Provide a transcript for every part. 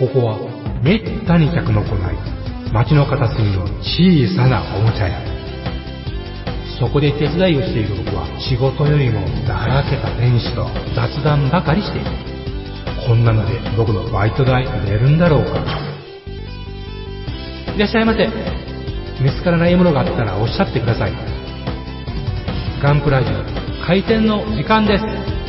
ここはめったに客の来ない街の片隅の小さなおもちゃ屋。そこで手伝いをしている僕は仕事よりもだらけた店主と雑談ばかりしている。こんなので僕のバイト代出るんだろうか。いらっしゃいませ。見つからないものがあったらおっしゃってください。ガンプラジオ開店の時間です。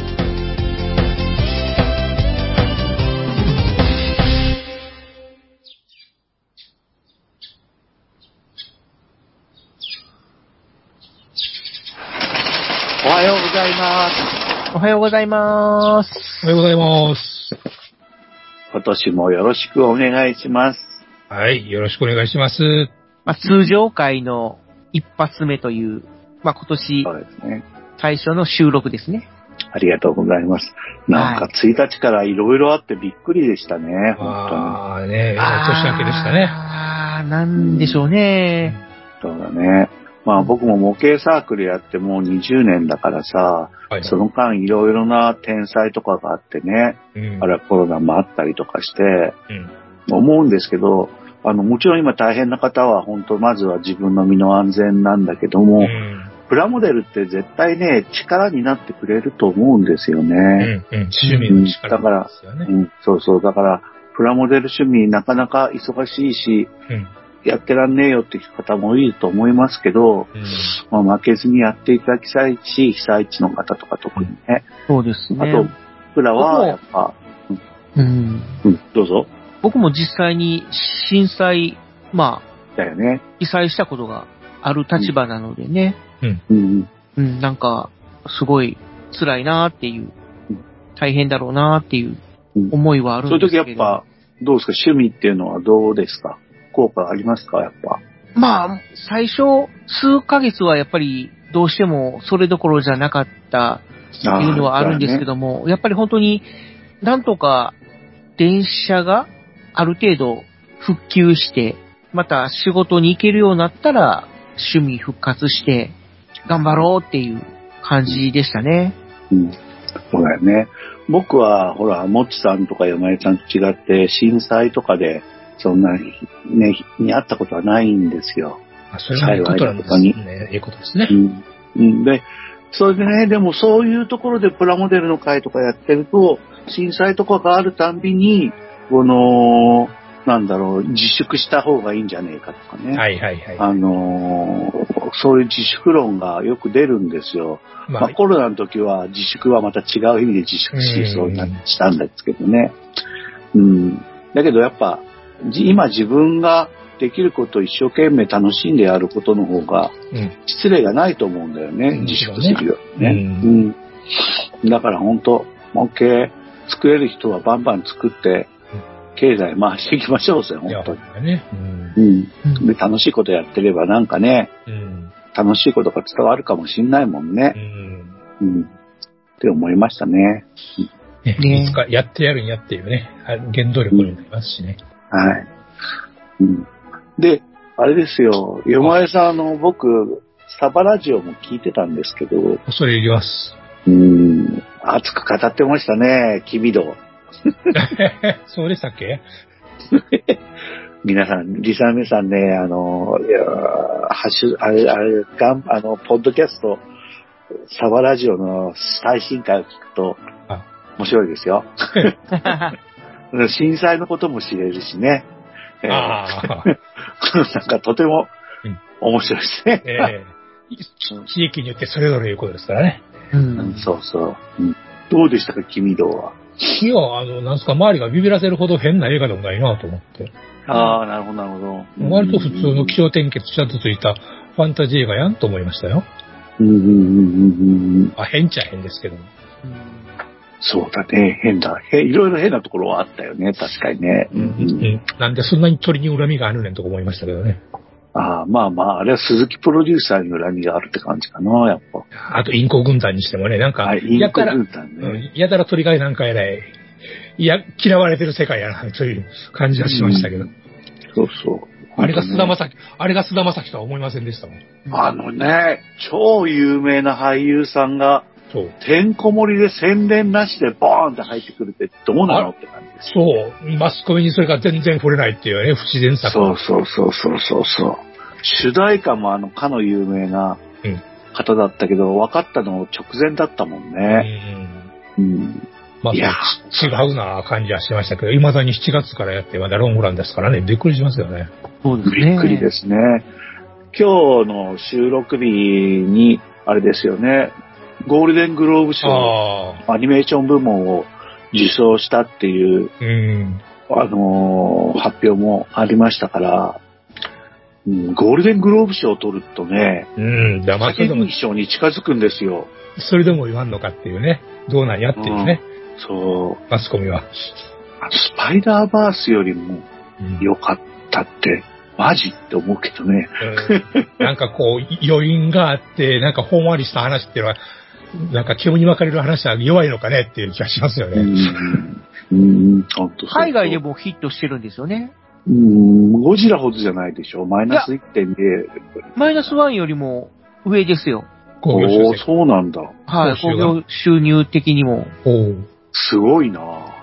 おはようございます。 おはようございます。 おはようございます。 今年もよろしくお願いします。 はい、よろしくお願いします。 通常回の一発目という、今年そうですね。 最初の収録ですね。 ありがとうございます。なんか1日からいろいろあってびっくりでしたね、本当に。 ああね、年明けでしたね。 ああ、なんでしょうね。 そうだね。まあ僕も模型サークルやってもう20年だからさ、はい、その間いろいろな天災とかがあってね、あれコロナもあったりとかして、思うんですけど、もちろん今大変な方は本当まずは自分の身の安全なんだけども、プラモデルって絶対ね、力になってくれると思うんですよね。 趣味の力ですよね。 そうそう。だから、プラモデル趣味なかなか忙しいし、やってらんねえよって方もいると思いますけど、まあ、負けずにやっていただきたいし、被災地の方とか特にね。 そうですね。 あと、プラはやっぱ、どうぞ。 僕も実際に震災、 だよね。 被災したことがある立場なのでね。なんか、すごい辛いなーっていう、大変だろうなーっていう思いはあるんですけど。 そういう時やっぱ、どうですか、趣味っていうのはどうですか、効果ありますか、やっぱ。 最初、数ヶ月はやっぱり、どうしてもそれどころじゃなかったっていうのはあるんですけども、やっぱり本当になんとか電車がある程度復旧して、また仕事に行けるようになったら趣味復活して頑張ろうっていう感じでしたね。 そうだよね。僕はほら、もっちさんとか山根さんと違って震災とかでそんなね、にあったことはないんですよ。 それはいいことなんですね。いいことですね。 で、それでね、でもそういうところでプラモデルの会とかやってると、震災とかがあるたんびに、自粛した方がいいんじゃねえかとかね。そういう自粛論がよく出るんですよ。コロナの時は自粛はまた違う意味で自粛しそうにしたんですけどね。だけどやっぱ、今自分ができることを一生懸命楽しんでやることの方が失礼がないと思うんだよね、自粛するよね。だから本当、模型作れる人はバンバン作って経済回していきましょうぜ、本当に。で、楽しいことやってればなんかね、楽しいことが伝わるかもしんないもんね。って思いましたね。 いつかやってやるんやっていうね、原動力になりますしね。 はい。で、あれですよ、山江さん、僕、サバラジオも聞いてたんですけど。 恐れ入ります。 熱く語ってましたね、君堂。 そうでしたっけ皆さん、リサメさんね、ポッドキャスト、サバラジオの最新回を聞くと、面白いですよ。震災のことも知れるしね。なんかとても面白いですね。 地域によってそれぞれいうことですからね。 そうそう。どうでしたか、君堂は。 いや、なんすか、周りがビビらせるほど変な映画でもないなと思って。 なるほど、なるほど。 割と普通の気象転結ちゃんとついたファンタジー映画やんと思いましたよ。変っちゃ変ですけども。 そうだね、変だ。いろいろ変なところはあったよね、確かにね。 なんでそんなに鳥に恨みがあるねんと思いましたけどね。 あれは鈴木プロデューサーに恨みがあるって感じかな、やっぱ。 あと、インコ軍団にしてもね、なんか、やたら鳥がなんか嫌われてる世界やな、という感じはしましたけど。 そうそう。 あれが菅田将暉とは思いませんでしたもん。 超有名な俳優さんが、てんこ盛りで宣伝なしでボーンって入ってくるってどうなのって感じ。 です。 そう。マスコミにそれが全然触れないっていうね、不自然さ。 そう。主題歌もかの有名な方だったけど、分かったの直前だったもんね。 まあ、違うな感じはしてましたけど、未だに7月からやってまだロングランですからね、びっくりしますよね。 そうですね。 びっくりですね。今日の収録日に、あれですよね、ゴールデングローブ賞、アニメーション部門を受賞したっていう、発表もありましたから、ゴールデングローブ賞を取るとね、アカデミー賞に近づくんですよ。 それでも言わんのかっていうね、どうなんやっていうね。 そう。 マスコミは。 スパイダーバースよりも良かったって、マジって思うけどね。 なんかこう、余韻があって、なんかほんわりした話っていうのは、なんか煙に巻かれる話は弱いのかねっていう気がしますよね。 海外でもヒットしてるんですよね。 ゴジラほどじゃないでしょ。マイナス 1.0。 マイナス1よりも上ですよ。 そうなんだ。 はい、興行収入的にも。 すごいな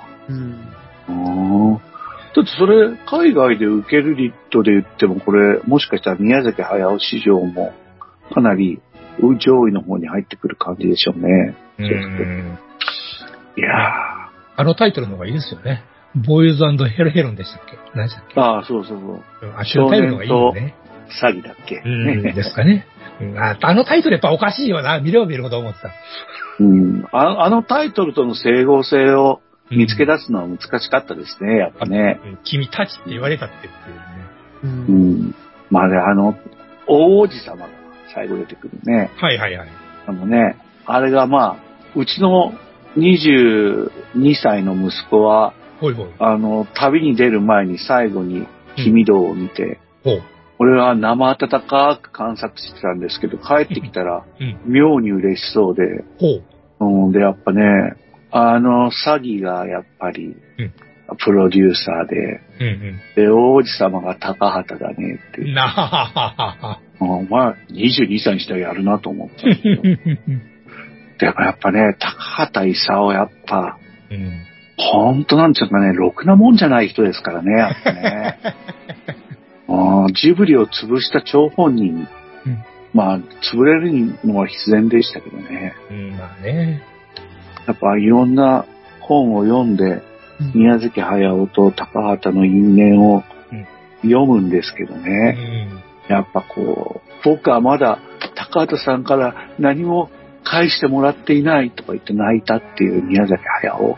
だってそれ、海外で受けるリットで言っても、これ、もしかしたら宮崎駿市場もかなり上位の方に入ってくる感じでしょうね。いやー。タイトルの方がいいですよね。ボーイズ&ヘルヘロンでしたっけ？何でしたっけ？ そう。 タイトルの方がいいよね。 詐欺だっけ？ ですかね。タイトルやっぱおかしいよな。見れば見るほど思ってた。 タイトルとの整合性を見つけ出すのは難しかったですね、やっぱね。 君たちって言われたっていうね。 まあね、大王子様が最後出てくるね。 はい。 あれがまあ、うちの22歳の息子は、旅に出る前に最後に君どうを見て、俺は生温かく観察してたんですけど、帰ってきたら、妙に嬉しそうで、で、やっぱね、詐欺がやっぱり、プロデューサーで、で、王子様が高畑だねって。お前、22歳にしたらやるなと思ったんですよ。でもやっぱね、高畑勲やっぱ、本当なんていうかね、ろくなもんじゃない人ですからね、やっぱね。ジブリを潰した張本人、まあ、潰れるのは必然でしたけどね。 まあね。 やっぱいろんな本を読んで、宮崎駿と高畑の因縁を読むんですけどね。やっぱこう、僕はまだ高畑さんから何も返してもらっていないとか言って泣いたっていう宮崎駿。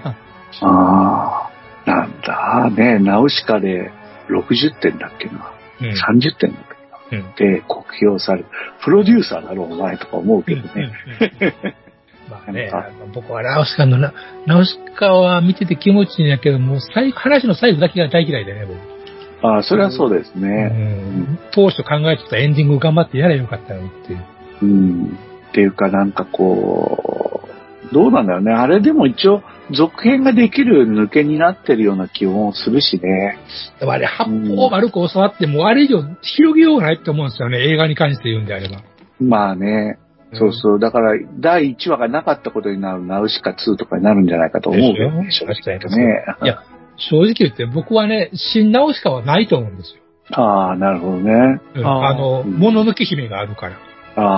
なんだね、ナウシカで60点だっけな。30点だっけな。で、酷評される。プロデューサーだろ、お前とか思うけどね。 まあね、僕はナウシカは見てて気持ちいいんやけども、話の最後だけが大嫌いでね、僕。 それはそうですね。 当初考えてたエンディング頑張ってやればよかったのにっていう。 っていうかなんかこう、どうなんだろうね。あれでも一応、続編ができる抜けになってるような気もするしね。 でもあれ、八方丸く教わっても、あれ以上広げようがないって思うんですよね。映画に関して言うんであれば。 まあね。そう。だから、第1話がなかったことになるナウシカ2とかになるんじゃないかと思うよね。正直ね。 いや、正直言って僕はね、新ナウシカはないと思うんですよ。なるほどね。 もののけ姫があるから。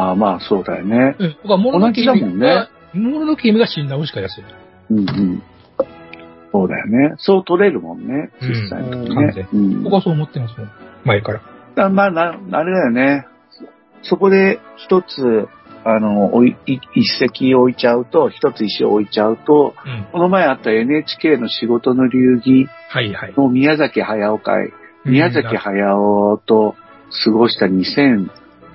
まあそうだよね。 僕はもののけ姫が、もののけ姫が新ナウシカですよ。 そうだよね。そう取れるもんね。実際にね。 僕はそう思ってますもん。前から。 まあ、あれだよね。そこで一つ、一石置いちゃうと、一つ石を置いちゃうと、この前あった NHK の仕事の流儀の宮崎駿会、宮崎駿と過ごした2033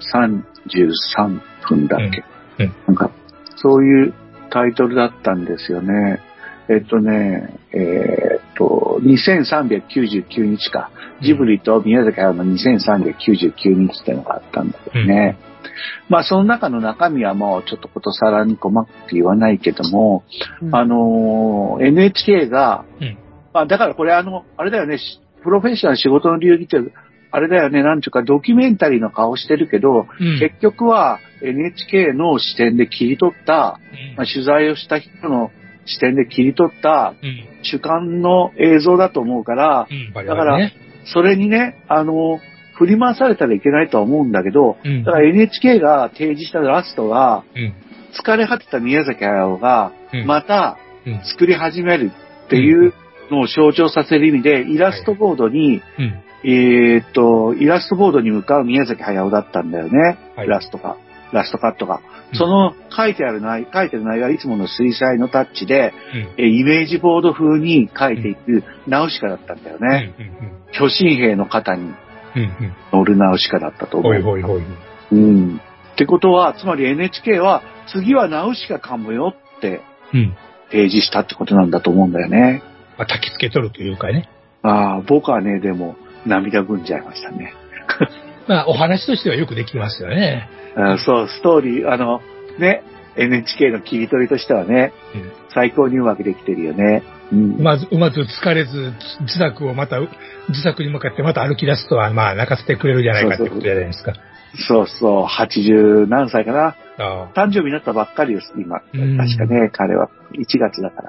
分だっけ、なんか、そういうタイトルだったんですよね。2399日か。ジブリと宮崎駿の2399日っていうのがあったんだけどね。まあその中の中身はもうちょっとことさらに細かく言わないけども、NHK が、まあだからこれあれだよね、プロフェッショナル仕事の流儀って、あれだよね、なんちゅうかドキュメンタリーの顔してるけど、結局は NHK の視点で切り取った、取材をした人の視点で切り取った主観の映像だと思うから、だから、それにね、振り回されたらいけないとは思うんだけど、だから NHK が提示したラストは、疲れ果てた宮崎駿が、また作り始めるっていうのを象徴させる意味で、イラストボードに、イラストボードに向かう宮崎駿だったんだよね、ラストカットが。その書いてる内容はいつもの水彩のタッチで、イメージボード風に書いていくナウシカだったんだよね。巨神兵の肩に乗るナウシカだったと思う。ってことは、つまり NHK は次はナウシカかもよって提示したってことなんだと思うんだよね。 焚き付け取るというかね。 僕はね、でも涙ぐんじゃいましたね。 お話としてはよくできますよね。 そう、ストーリー、NHK の切り取りとしてはね、最高にうまくできてるよね。 うまず疲れず、自作に向かってまた歩き出すとは、泣かせてくれるじゃないかってことじゃないですか。 そうそう、80何歳かな。誕生日になったばっかりです、今。確かね、彼は1月だから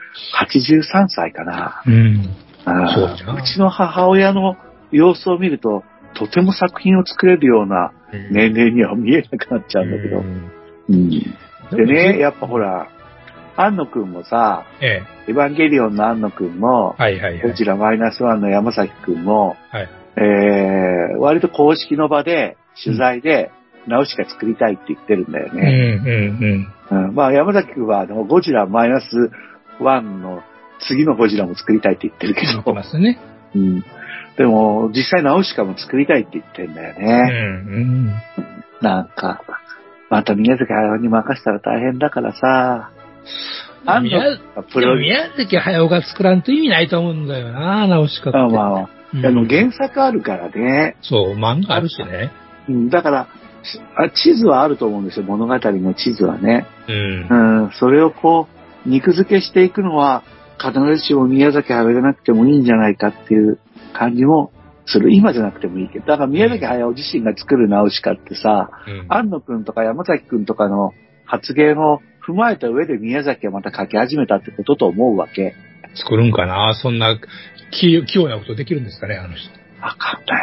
。83歳かな。うちの母親の様子を見ると、とても作品を作れるような年齢には見えなくなっちゃうんだけど。でね、やっぱほら、庵野くんもさ、エヴァンゲリオンの庵野くんも、ゴジラマイナスワンの山崎くんも、割と公式の場で、取材で、ナウシカ作りたいって言ってるんだよね。山崎くんはゴジラマイナスワンの次のゴジラも作りたいって言ってるけど。 言ってますね。 でも、実際ナウシカも作りたいって言ってんだよね。なんか、また宮崎駿に任せたら大変だからさ。 宮崎駿が作らんと意味ないと思うんだよな、ナウシカって。 原作あるからね。 そう、漫画あるしね。 だから、地図はあると思うんですよ、物語の地図はね。それを肉付けしていくのは、必ずしも宮崎駿じゃなくてもいいんじゃないかっていう感じもする。今じゃなくてもいいけど。だから宮崎駿自身が作るナウシカってさ、庵野くんとか山崎くんとかの発言を踏まえた上で宮崎がまた書き始めたってことと思うわけ。 作るんかな、そんな器用なことできるんですかね、あの人。 わ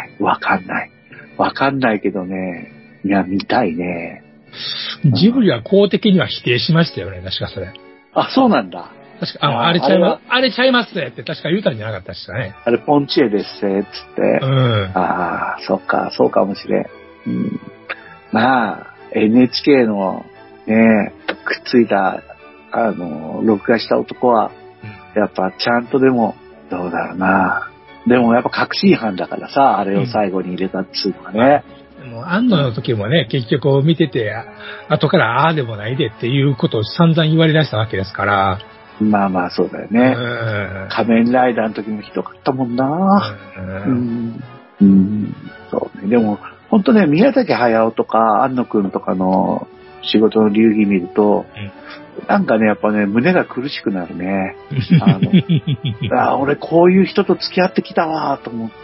かんないけどね。いや、見たいね。 ジブリは公的には否定しましたよね、確かそれ。 そうなんだ。 確か、あれちゃいますって確か言うたんじゃなかったですかね。 あれポンチエですって、つって。そうかもしれん。NHK のね、くっついた、録画した男は、やっぱちゃんとでも、どうだろうな。でもやっぱ確信犯だからさ、あれを最後に入れたっつうのはね。 安野の時もね、結局見てて、後からああでもないでっていうことを散々言われ出したわけですから。 そうだよね。仮面ライダーの時もひどかったもんな。そうね。でも、ほんとね、宮崎駿とか安野くんとかの仕事の流儀見ると、なんかね、やっぱね、胸が苦しくなるね。俺こういう人と付き合ってきたわと思って。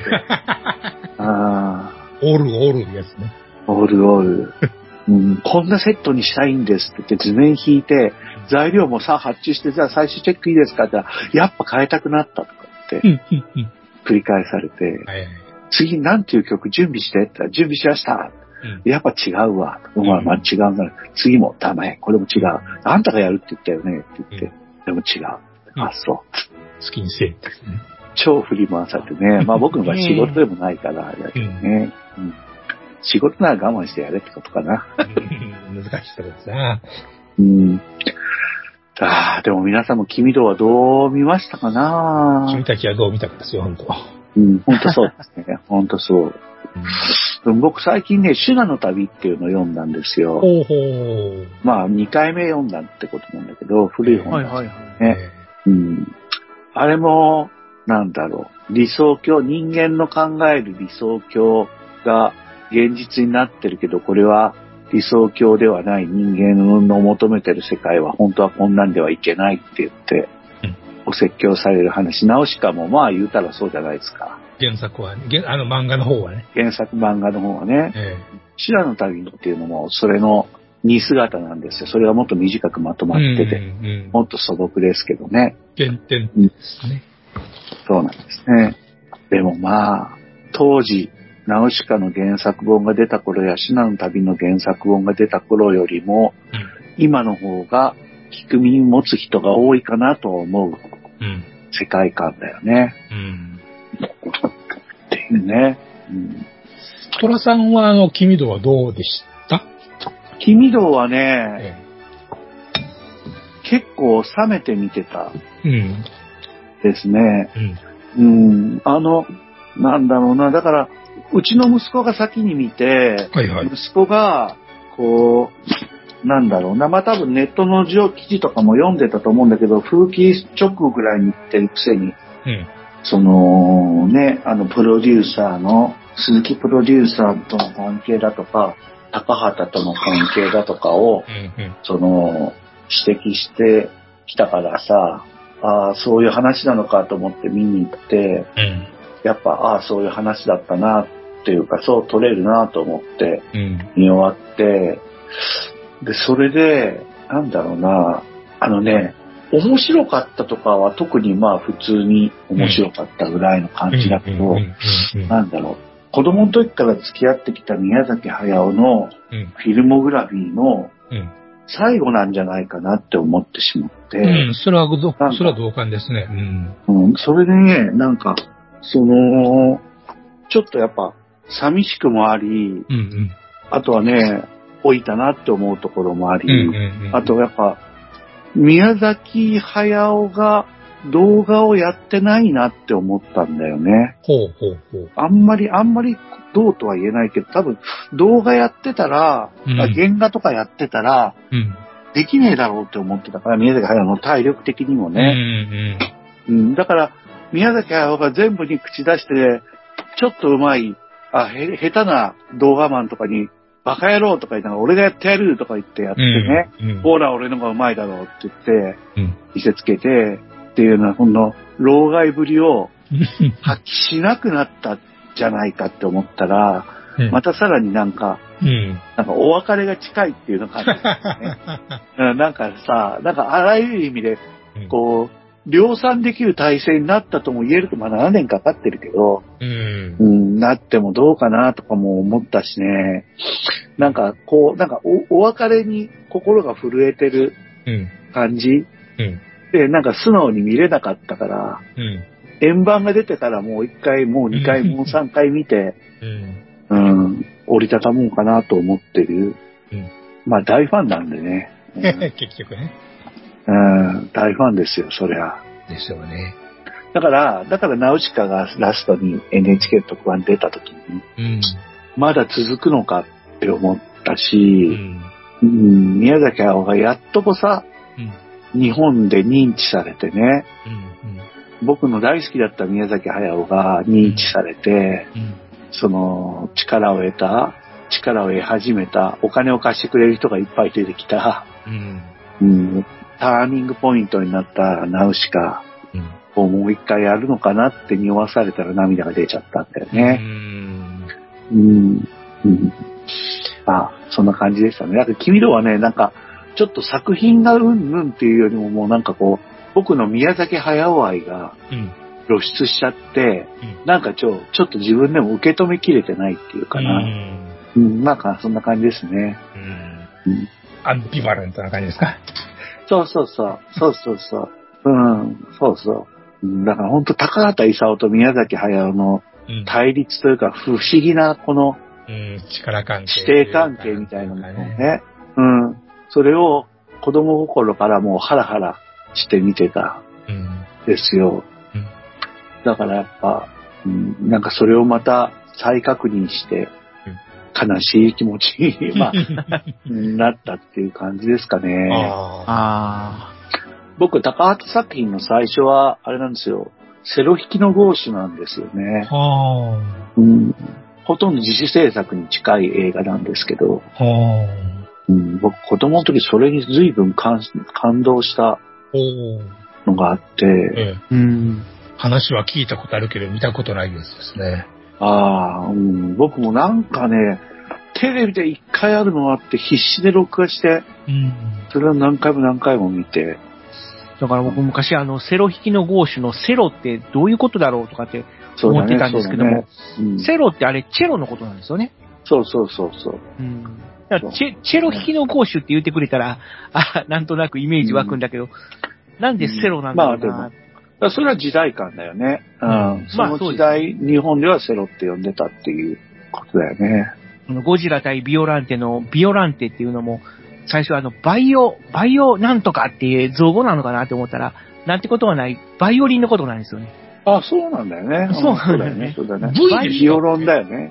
オールやつね。 オール。こんなセットにしたいんですって言って図面引いて、材料もさ、発注して、じゃあ最終チェックいいですかって言ったら、やっぱ変えたくなったとかって、繰り返されて、次なんていう曲準備してって言ったら、準備しました。やっぱ違うわ。違うなら、次もダメ。これも違う。あんたがやるって言ったよねって言って、でも違う。そう。 好きにせえですね。 超振り回されてね。僕の場合仕事でもないから、あれだけどね。仕事なら我慢してやれってことかな。 難しいところですな。 でも皆さんも君とはどう見ましたかな。 君たちはどう見たかですよ、本当。 本当そうですね。本当そう。僕最近ね、シュナの旅っていうのを読んだんですよ。2回目読んだってことなんだけど、古い本なんですね。あれも、なんだろう、理想郷、人間の考える理想郷が現実になってるけど、これは理想郷ではない人間の求めてる世界は本当はこんなんではいけないって言って、お説教される話。ナウシカも言うたらそうじゃないですか。 原作はね、漫画の方はね。 原作漫画の方はね。修羅の旅っていうのも、それの 2姿なんですよ。それがもっと短くまとまってて、もっと素朴ですけどね。 原点ですね、 そうなんですね。でもまあ、当時、ナウシカの原作本が出た頃やシナの旅の原作本が出た頃よりも、今の方が聞く耳持つ人が多いかなと思う世界観だよね。っていうね。 トラさんは君道はどうでした？ 君道はね、結構冷めて見てたですね。なんだろうな、だから、うちの息子が先に見て、息子が、こう、なんだろうな、まあ多分ネットの記事とかも読んでたと思うんだけど、風紀直後ぐらいに行ってるくせに、そのね、プロデューサーの、鈴木プロデューサーとの関係だとか、高畑との関係だとかを、指摘してきたからさ、そういう話なのかと思って見に行って、やっぱ、そういう話だったなっていうか、そう取れるなと思って見終わって、で、それで、なんだろうな、面白かったとかは特にまあ普通に面白かったぐらいの感じだけど、なんだろう、子供の時から付き合ってきた宮崎駿のフィルモグラフィーの最後なんじゃないかなって思ってしまって。 それは同感ですね。 それでね、なんか、ちょっとやっぱ寂しくもあり、あとはね、老いたなって思うところもあり、あとやっぱ、宮崎駿が動画をやってないなって思ったんだよね。あんまりどうとは言えないけど、多分動画やってたら、原画とかやってたら、できねえだろうって思ってたから、宮崎駿の体力的にもね。だから、宮崎駿が全部に口出して、ちょっとうまい、下手な動画マンとかに、バカ野郎とか言ったら俺がやってやるとか言ってやってね、ほら俺の方がうまいだろうって言って、見せつけて、っていうのは、この老害ぶりを発揮しなくなったんじゃないかって思ったら、またさらになんかお別れが近いっていうのがあるんですね。なんかさ、あらゆる意味で、こう、量産できる体制になったとも言えると、まあ7年かかってるけど、なってもどうかなとかも思ったしね。お別れに心が震えてる感じ、で、素直に見れなかったから、円盤が出てからもう1回、もう2回、もう3回見て、折りたたもうかなと思ってる。まあ大ファンなんでね。 結局ね。 大ファンですよ、そりゃ。 でしょうね。 だからナウシカがラストに NHK 特番出た時に、まだ続くのかって思ったし、宮崎駿がやっとこさ、日本で認知されてね、僕の大好きだった宮崎駿が認知されて、その力を得始めた、お金を貸してくれる人がいっぱい出てきた、ターニングポイントになったナウシカをもう一回やるのかなって匂わされたら涙が出ちゃったんだよね。そんな感じでしたね。君道はね、ちょっと作品がうんぬんっていうよりももう僕の宮崎駿愛が露出しちゃって、ちょっと自分でも受け止めきれてないっていうかな。そんな感じですね。 アンビバレントな感じですか？ そうそう。だから本当高畑勲と宮崎駿の対立というか、不思議なこの力関係、 師弟関係みたいなものね。それを子供心からもうハラハラして見てたですよ。だからやっぱ、それをまた再確認して、悲しい気持ちに、なったっていう感じですかね。僕、高畑作品の最初は、あれなんですよ。セロ弾きのゴーシュなんですよね。ほとんど自主制作に近い映画なんですけど、僕、子供の時それに随分感動したのがあって、 話は聞いたことあるけど見たことないやつですね。 僕もテテレビで一回あるのがあって必死で録画して、それを何回も何回も見て。 だから僕昔セロ弾きのゴーシュのセロってどういうことだろうとかって思ってたんですけども、セロってあれチェロのことなんですよね。 そうそうそうそう。 だからチェロ弾きのゴーシュって言ってくれたら、なんとなくイメージ湧くんだけど、なんでセロなんだろうな。 まあでも、それは時代感だよね。その時代、日本ではセロって呼んでたっていうことだよね。 ゴジラ対ビオランテのビオランテっていうのも、最初バイオなんとかっていう造語なのかなって思ったら、なんてことはない、バイオリンのことなんですよね。 あ、そうなんだよね。 そうなんだよね。 そうだね。 ビオロンだよね。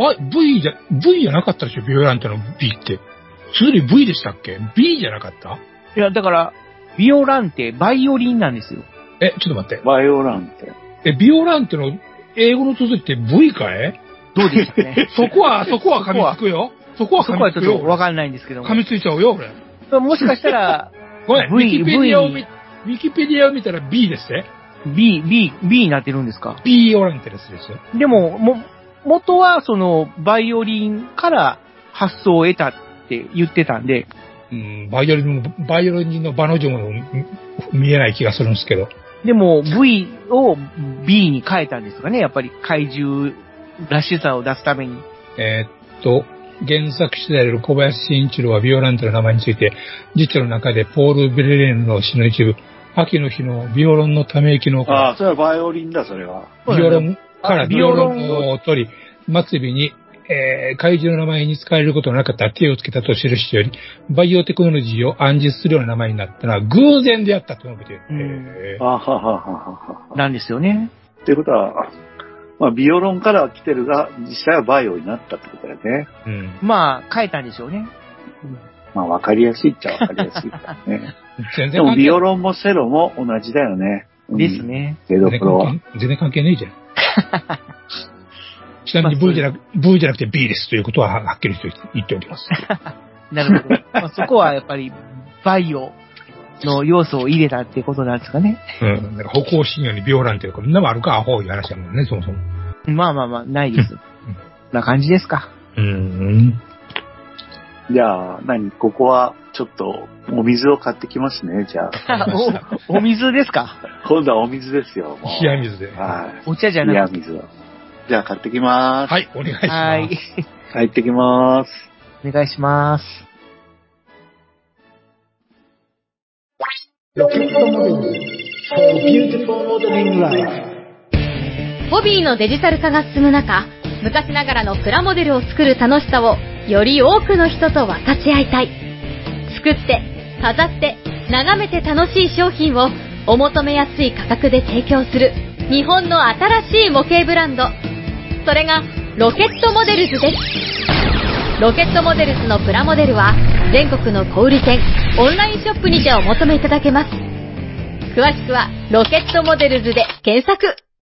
V じゃなかったでしょ、ビオランテの B って。それより V でしたっけ？ B じゃなかった？ いや、だから、ビオランテ、バイオリンなんですよ。 ちょっと待って。 バイオランテ。 ビオランテの英語の綴りって V かい？ どうでしたね。 そこは噛みつくよ。そこはちょっとわかんないんですけども。 噛みついちゃうよ、俺。 もしかしたら、 ごめん、ウィキペディアを見たら B ですね。 B になってるんですか？ ビオランテですよ。 でも、元はバイオリンから発想を得たって言ってたんで。 バイオリンの場の字も見えない気がするんですけど。 でも、V を B に変えたんですかね、やっぱり怪獣らしさを出すために。 原作者である小林慎一郎はビオランテの名前について、辞書の中でポール・ベレレーヌの詩の一部、秋の日のビオロンのため息の。 ああ、それはバイオリンだ、それは。 ビオロンからビオロンを取り、末尾に、怪獣の名前に使えることのなかった手をつけたと記しており、バイオテクノロジーを暗示するような名前になったのは偶然であったと述べている。 なんですよね。 っていうことは、まあ、ビオロンからは来てるが、実際はバイオになったってことだよね。 まあ、変えたんでしょうね。 まあ、わかりやすいっちゃわかりやすいからね。でも、ビオロンもセロも同じだよね。 ですね。 ゼロプロは。 全然関係ねえじゃん。ちなみに V じゃなくて B ですということははっきりと言っております。 なるほど。まあ、そこはやっぱり、バイオの要素を入れたってことなんですかね。 なんか歩行信用にビオランテこんなもあるか、アホいう話だもんね、そもそも。 まあ、ないです。こんな感じですか。 じゃあ、ここは、ちょっと、お水を買ってきますね、じゃあ。 お水ですか？ 今度はお水ですよ。 冷や水で。 はい。 お茶じゃなくて。 冷や水を。じゃあ、買ってきます。 はい、お願いします。はい。 帰ってきます。 お願いします。 ロケットモデル for beautiful modeling life。 ホビーのデジタル化が進む中、昔ながらのプラモデルを作る楽しさをより多くの人と分かち合いたい。作って、飾って、眺めて楽しい商品をお求めやすい価格で提供する日本の新しい模型ブランド。それがロケットモデルズです。ロケットモデルズのプラモデルは全国の小売店、オンラインショップにてお求めいただけます。詳しくはロケットモデルズで検索。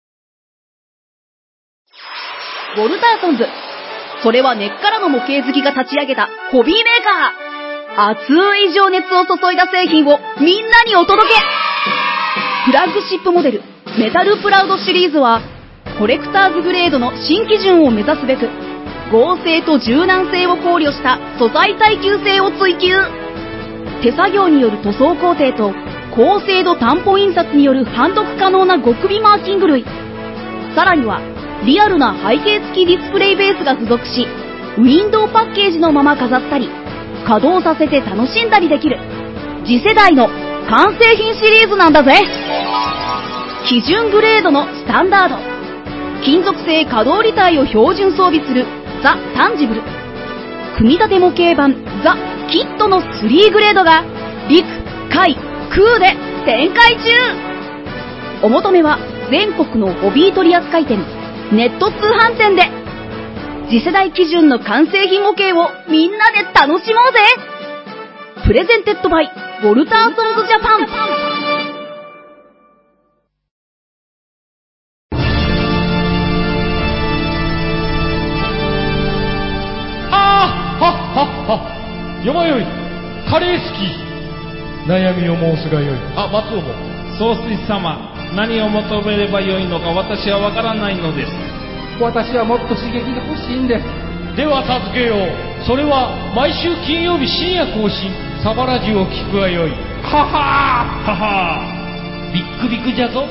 ウォルターソンズ。それは根っからの模型好きが立ち上げたホビーメーカー。熱い情熱を注いだ製品をみんなにお届け。フラッグシップモデルメタルプラウドシリーズはコレクターズグレードの新基準を目指すべく、合成と柔軟性を考慮した素材耐久性を追求。手作業による塗装工程と高精度担保印刷による判読可能な極微マーキング類。さらにはリアルな背景付きディスプレイベースが付属し、ウィンドウパッケージのまま飾ったり稼働させて楽しんだりできる次世代の完成品シリーズなんだぜ。基準グレードのスタンダード、金属製可動履帯を標準装備するザ・タンジブル、組み立て模型版ザ・キットの3グレードが陸、海、空で展開中。お求めは全国のホビー取扱店、ネット通販店で。次世代基準の完成品模型をみんなで楽しもうぜ。プレゼンテッドバイウォルターソンズジャパン。 よまよい、カレー好き。悩みを申すがよい。松尾も。 総帥様、何を求めればよいのか私はわからないのです。 私はもっと刺激が欲しいんです。 では助けよう。それは毎週金曜日深夜更新、サバラジュを聞くがよい。ははーははー、ビックビックじゃぞ。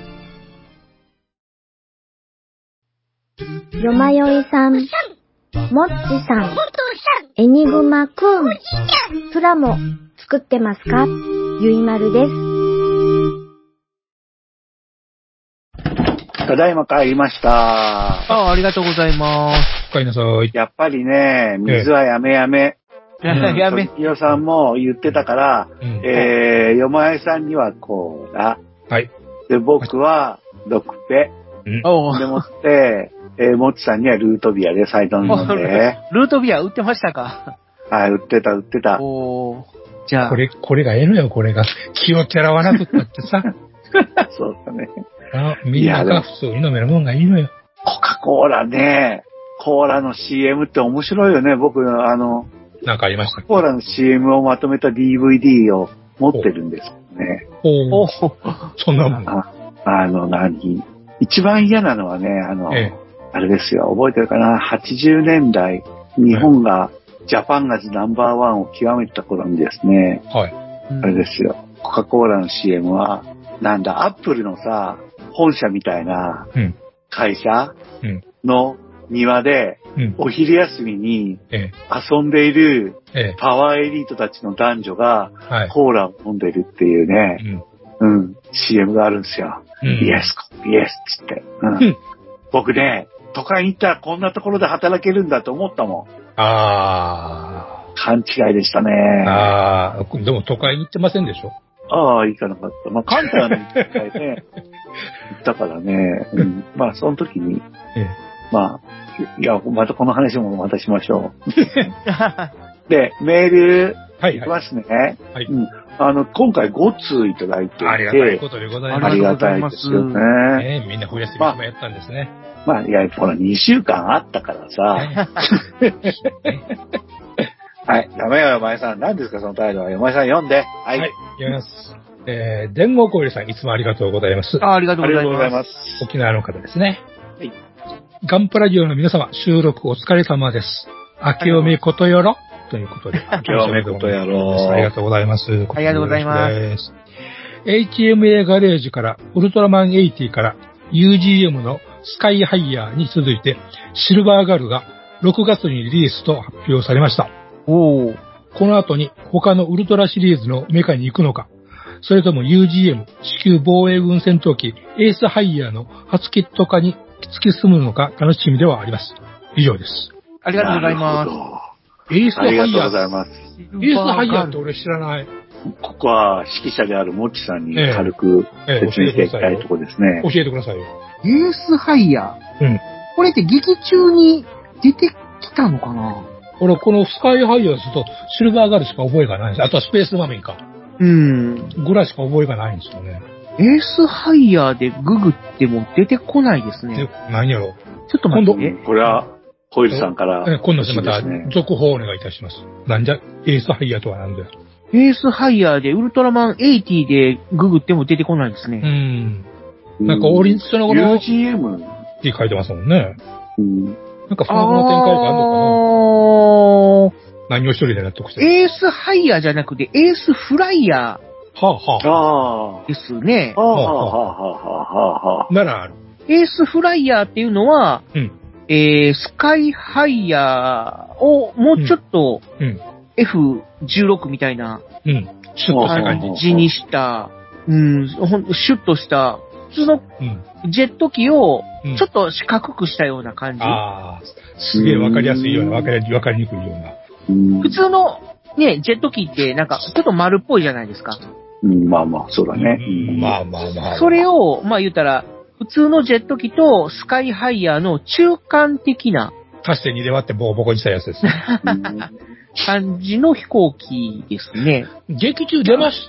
よまよいさん、もっちさん、エニグマくん、プラモ作ってますか？ゆいまるです。 ただいま帰りました。 ありがとうございます。 お帰りなさい。 やっぱりね、水はやめやめ。 やめ。 ひよさんも言ってたから、よまえさんにはコーラ。 はい。 で、僕はドクペ。でもって、もっちさんにはルートビアでサイト飲んで。 ルートビア売ってましたか？ はい、売ってた。 じゃあ。 これがええのよ、これが。気をてらわなくったってさ。 そうだね。 みんなが普通に飲めるもんがいいのよ。 コカ・コーラね。コーラの CM って面白いよね。僕、 なんかありましたコーラの CM をまとめた DVD を持ってるんですよね。 そんなもん。 一番嫌なのはね、あれですよ。覚えてるかな？ 80 年代、日本が、ジャパンガズナンバーワンを極めてた頃にですね。 はい。 あれですよ。コカ・コーラの CM は、なんだ、アップルのさ、本社みたいな会社の庭で、お昼休みに遊んでいるパワーエリートたちの男女がコーラを飲んでるっていうね、CM があるんですよ。イエスつって。僕ね、都会に行ったらこんなところで働けるんだと思ったもん。勘違いでしたね。 でも都会に行ってませんでしょ？ 行かなかった。関東に一回ね、行ったからね。その時に、またこの話もまたしましょう。で、メール、いきますね。今回5通いただいていて、 ありがたいことでございます。 ありがたいですよね。 みんな冬休みもやったんですね。 ほら、2週間あったからさ。はい。ダメよ、よまえさん。何ですか、その態度は。よまえさん読んで。はい。 読みます。伝言小入さん、いつもありがとうございます。 ありがとうございます。 沖縄の方ですね。 はい。 ガンプラジオの皆様、収録お疲れ様です。明けおめことよろということで。 明けおめことよろ。 ありがとうございます。 ありがとうございます。 HMA ガレージから、ウルトラマン80から、UGM のスカイハイヤーに続いて、シルバーガルが6月にリリースと発表されました。この後に他のウルトラシリーズのメカに行くのか、それとも UGM 地球防衛軍戦闘機エースハイヤーの初キット化に突き進むのか楽しみではあります。以上です。 ありがとうございます。 エースハイヤー。ありがとうございます。 エースハイヤーって俺知らない。 ここは指揮者であるモッチさんに軽く説明していきたいところですね。 教えてくださいよ。 エースハイヤー。これって劇中に出てきたのかな？ 俺、このスカイハイヤーすると、シルバーガルしか覚えがないんです。あとはスペースマミンか。ぐらいしか覚えがないんですよね。 エースハイヤーでググっても出てこないですね。 何やろ？ ちょっと待って。 これは、ホイルさんから、 今度また、続報をお願いいたします。なんじゃ、エースハイヤーとは何だよ。 エースハイヤーでウルトラマン80でググっても出てこないですね。 なんか、その後の UGM って書いてますもんね。なんかその後の展開があるのかな？何を一人で納得してる？ エースハイヤーじゃなくて、エースフライヤーですね。 ならある。 エースフライヤーっていうのは、スカイハイヤーをもうちょっと、F16 みたいな感じにした、シュッとした、普通のジェット機をちょっと四角くしたような感じ。 すげえわかりやすいような、わかりにくいような。 普通のね、ジェット機ってなんかちょっと丸っぽいじゃないですか。 そうだね。 それを、言ったら、普通のジェット機とスカイハイヤーの中間的な。 足して2で割ってボコボコにしたやつです。 感じの飛行機ですね。 劇中出ました？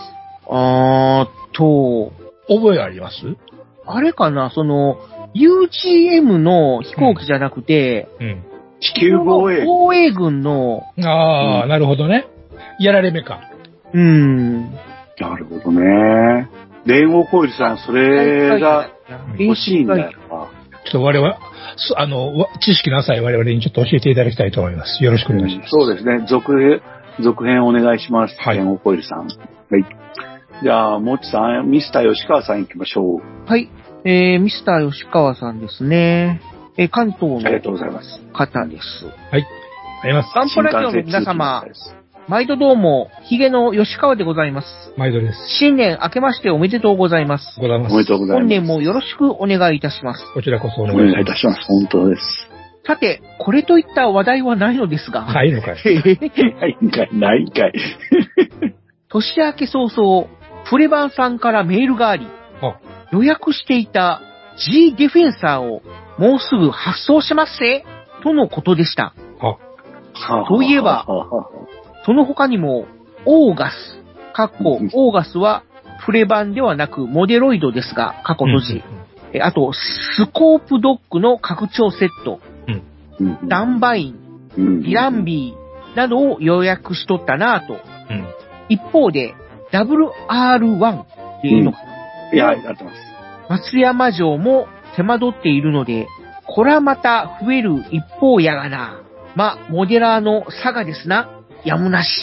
覚えあります？ あれかな、UGM の飛行機じゃなくて、 地球防衛軍の。 なるほどね。やられ目か。 なるほどね。連合コイルさん、それが欲しいんだよ。 ちょっと我々、知識の浅い我々にちょっと教えていただきたいと思います。よろしくお願いします。 そうですね。続編お願いします。はい。オコイルさん。はい。じゃあ、もっちさん、ミスター吉川さん行きましょう。 はい。ミスター吉川さんですね。関東のありがとうございます。 方です。 はい。あります。 ガンプラジオの皆様、毎度どうも、ヒゲの吉川でございます。 毎度です。 新年明けましておめでとうございます。 おめでとうございます。 本年もよろしくお願いいたします。 こちらこそお願いいたします。 本当です。 さて、これといった話題はないのですが。 ないのかい。 ないんかい。 年明け早々、プレバンさんからメールがあり、予約していた G ディフェンサーをもうすぐ発送しますせとのことでした。そういえば、その他にも、オーガス、オーガスはプレ版ではなくモデロイドですが、過去閉じ。あと、スコープドッグの拡張セット、ダンバイン、ディランビーなどを予約しとったなぁと。一方で、WR1 っていうのかな。 いや、やってます。 松山城も手間取っているので、これはまた増える一方やがな。モデラーの差がですな。やむなし。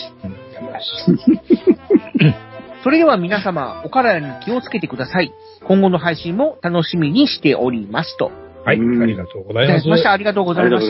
それでは皆様、お体に気をつけてください。今後の配信も楽しみにしておりますと。 はい、ありがとうございます。 ありがとうございました。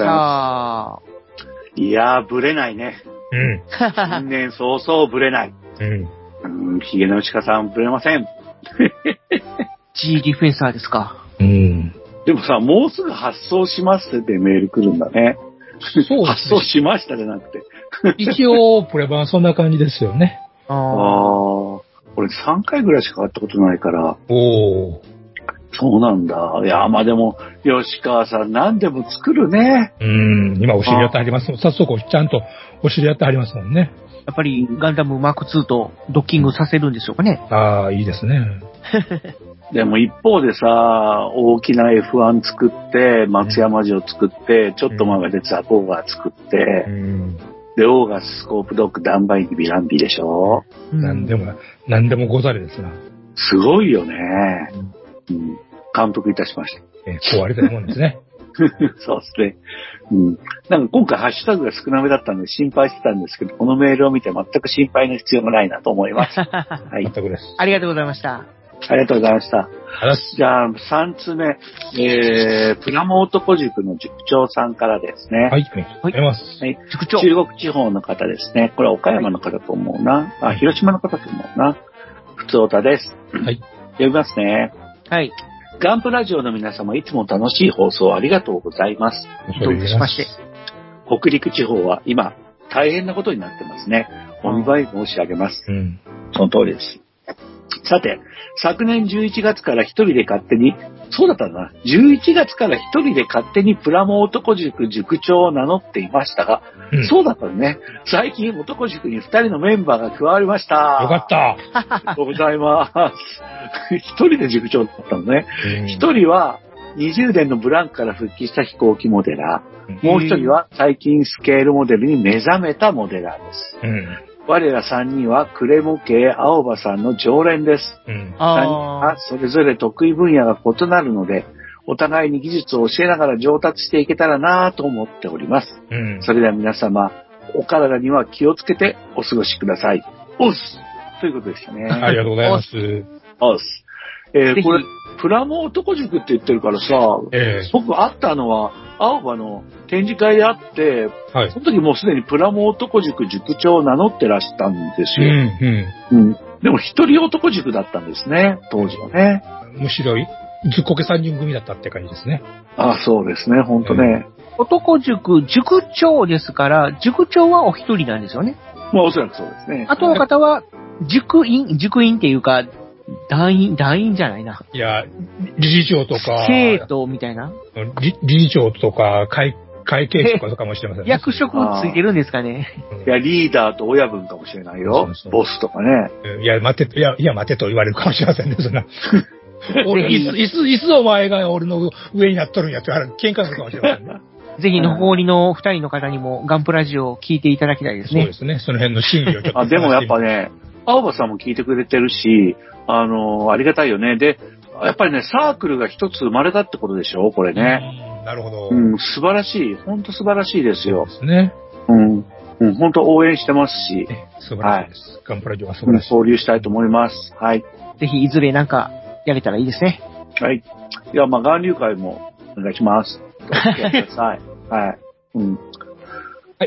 いやー、ぶれないね。新年早々ぶれない。ヒゲの吉川さん、ぶれません。 G ディフェンサーですか。 でもさ、もうすぐ発送しますってメール来るんだね。そうですね。発送しましたじゃなくて。 一応、プレ版そんな感じですよね。 俺3回ぐらいしか買ったことないから。そうなんだ。いや、でも、吉川さん何でも作るね。 今お知り合ってありますもん。早速ちゃんとお知り合ってありますもんね。 やっぱりガンダムマーク2とドッキングさせるんでしょうかね。 いいですね。 でも一方でさ、大きな F1 作って、松山城作って、ちょっと前が出てたオーガー作って、で、オーガスコープドッグダンバインビランビでしょ。 なんでもござれですな。 すごいよね。感服いたしました。 壊れたもんですね。 そうですね。なんか今回ハッシュタグが少なめだったんで心配してたんですけど、このメールを見て全く心配の必要がないなと思います。はい。 全くです。 ありがとうございました。 ありがとうございました。じゃあ、3つ目、プラモ男塾の塾長さんからですね。 はい、ありがとうございます。 はい、塾長。中国地方の方ですね。これは岡山の方と思うな。広島の方と思うな。ふつおたです。 はい。 読みますね。 はい。 ガンプラジオの皆様、いつも楽しい放送ありがとうございます。 どういたしまして。 北陸地方は今、大変なことになってますね。お見舞い申し上げます。その通りです。さて、昨年11月から一人で勝手に、そうだったんだな。11月から一人で勝手にプラモ男塾塾長を名乗っていましたが、そうだったのね。最近男塾に2人のメンバーが加わりました。 よかった。 ありがとうございます。一人で塾長だったのね。一人は20年のブランクから復帰した飛行機モデラー。もう一人は最近スケールモデルに目覚めたモデラーです。我ら3人はクレモ系青葉さんの常連です。3人はそれぞれ得意分野が異なるので、お互いに技術を教えながら上達していけたらなぁと思っております。それでは皆様、お体には気をつけてお過ごしください。おっすということでしたね。 ありがとうございます。 おっす。これ、プラモ男塾って言ってるからさ、僕会ったのは、青葉の展示会であって、その時もうすでにプラモ男塾塾長を名乗ってらしたんですよ。でも一人男塾だったんですね、当時はね。 むしろ、ずっこけ3人組だったって感じですね。 そうですね、ほんとね。 男塾、塾長ですから、塾長はお一人なんですよね。 おそらくそうですね。 あとの方は、塾員っていうか、団員じゃないな。 いや、理事長とか。 生徒みたいな。 理事長とか、会計とかもしてませんね。 役職ついてるんですかね。 いや、リーダーと親分かもしれないよ。ボスとかね。 いや、待てと言われるかもしれませんね、そんな。俺、いつお前が俺の上になっとるんやって喧嘩するかもしれませんね。 ぜひ残りの2人の方にもガンプラジオを聞いていただきたいですね。 そうですね。その辺の真理をちょっと。 でもやっぱね、青葉さんも聞いてくれてるし、ありがたいよね。で、 やっぱりね、サークルが一つ生まれたってことでしょこれね。 なるほど。 素晴らしい。本当素晴らしいですよ。 そうですね。 本当応援してますし。 素晴らしいです。ガンプラジオは素晴らしい。 交流したいと思います。はい。 ぜひ、いずれなんか、やれたらいいですね。 はい。いや、岩流会もお願いします。お付き合いください。はい。はい。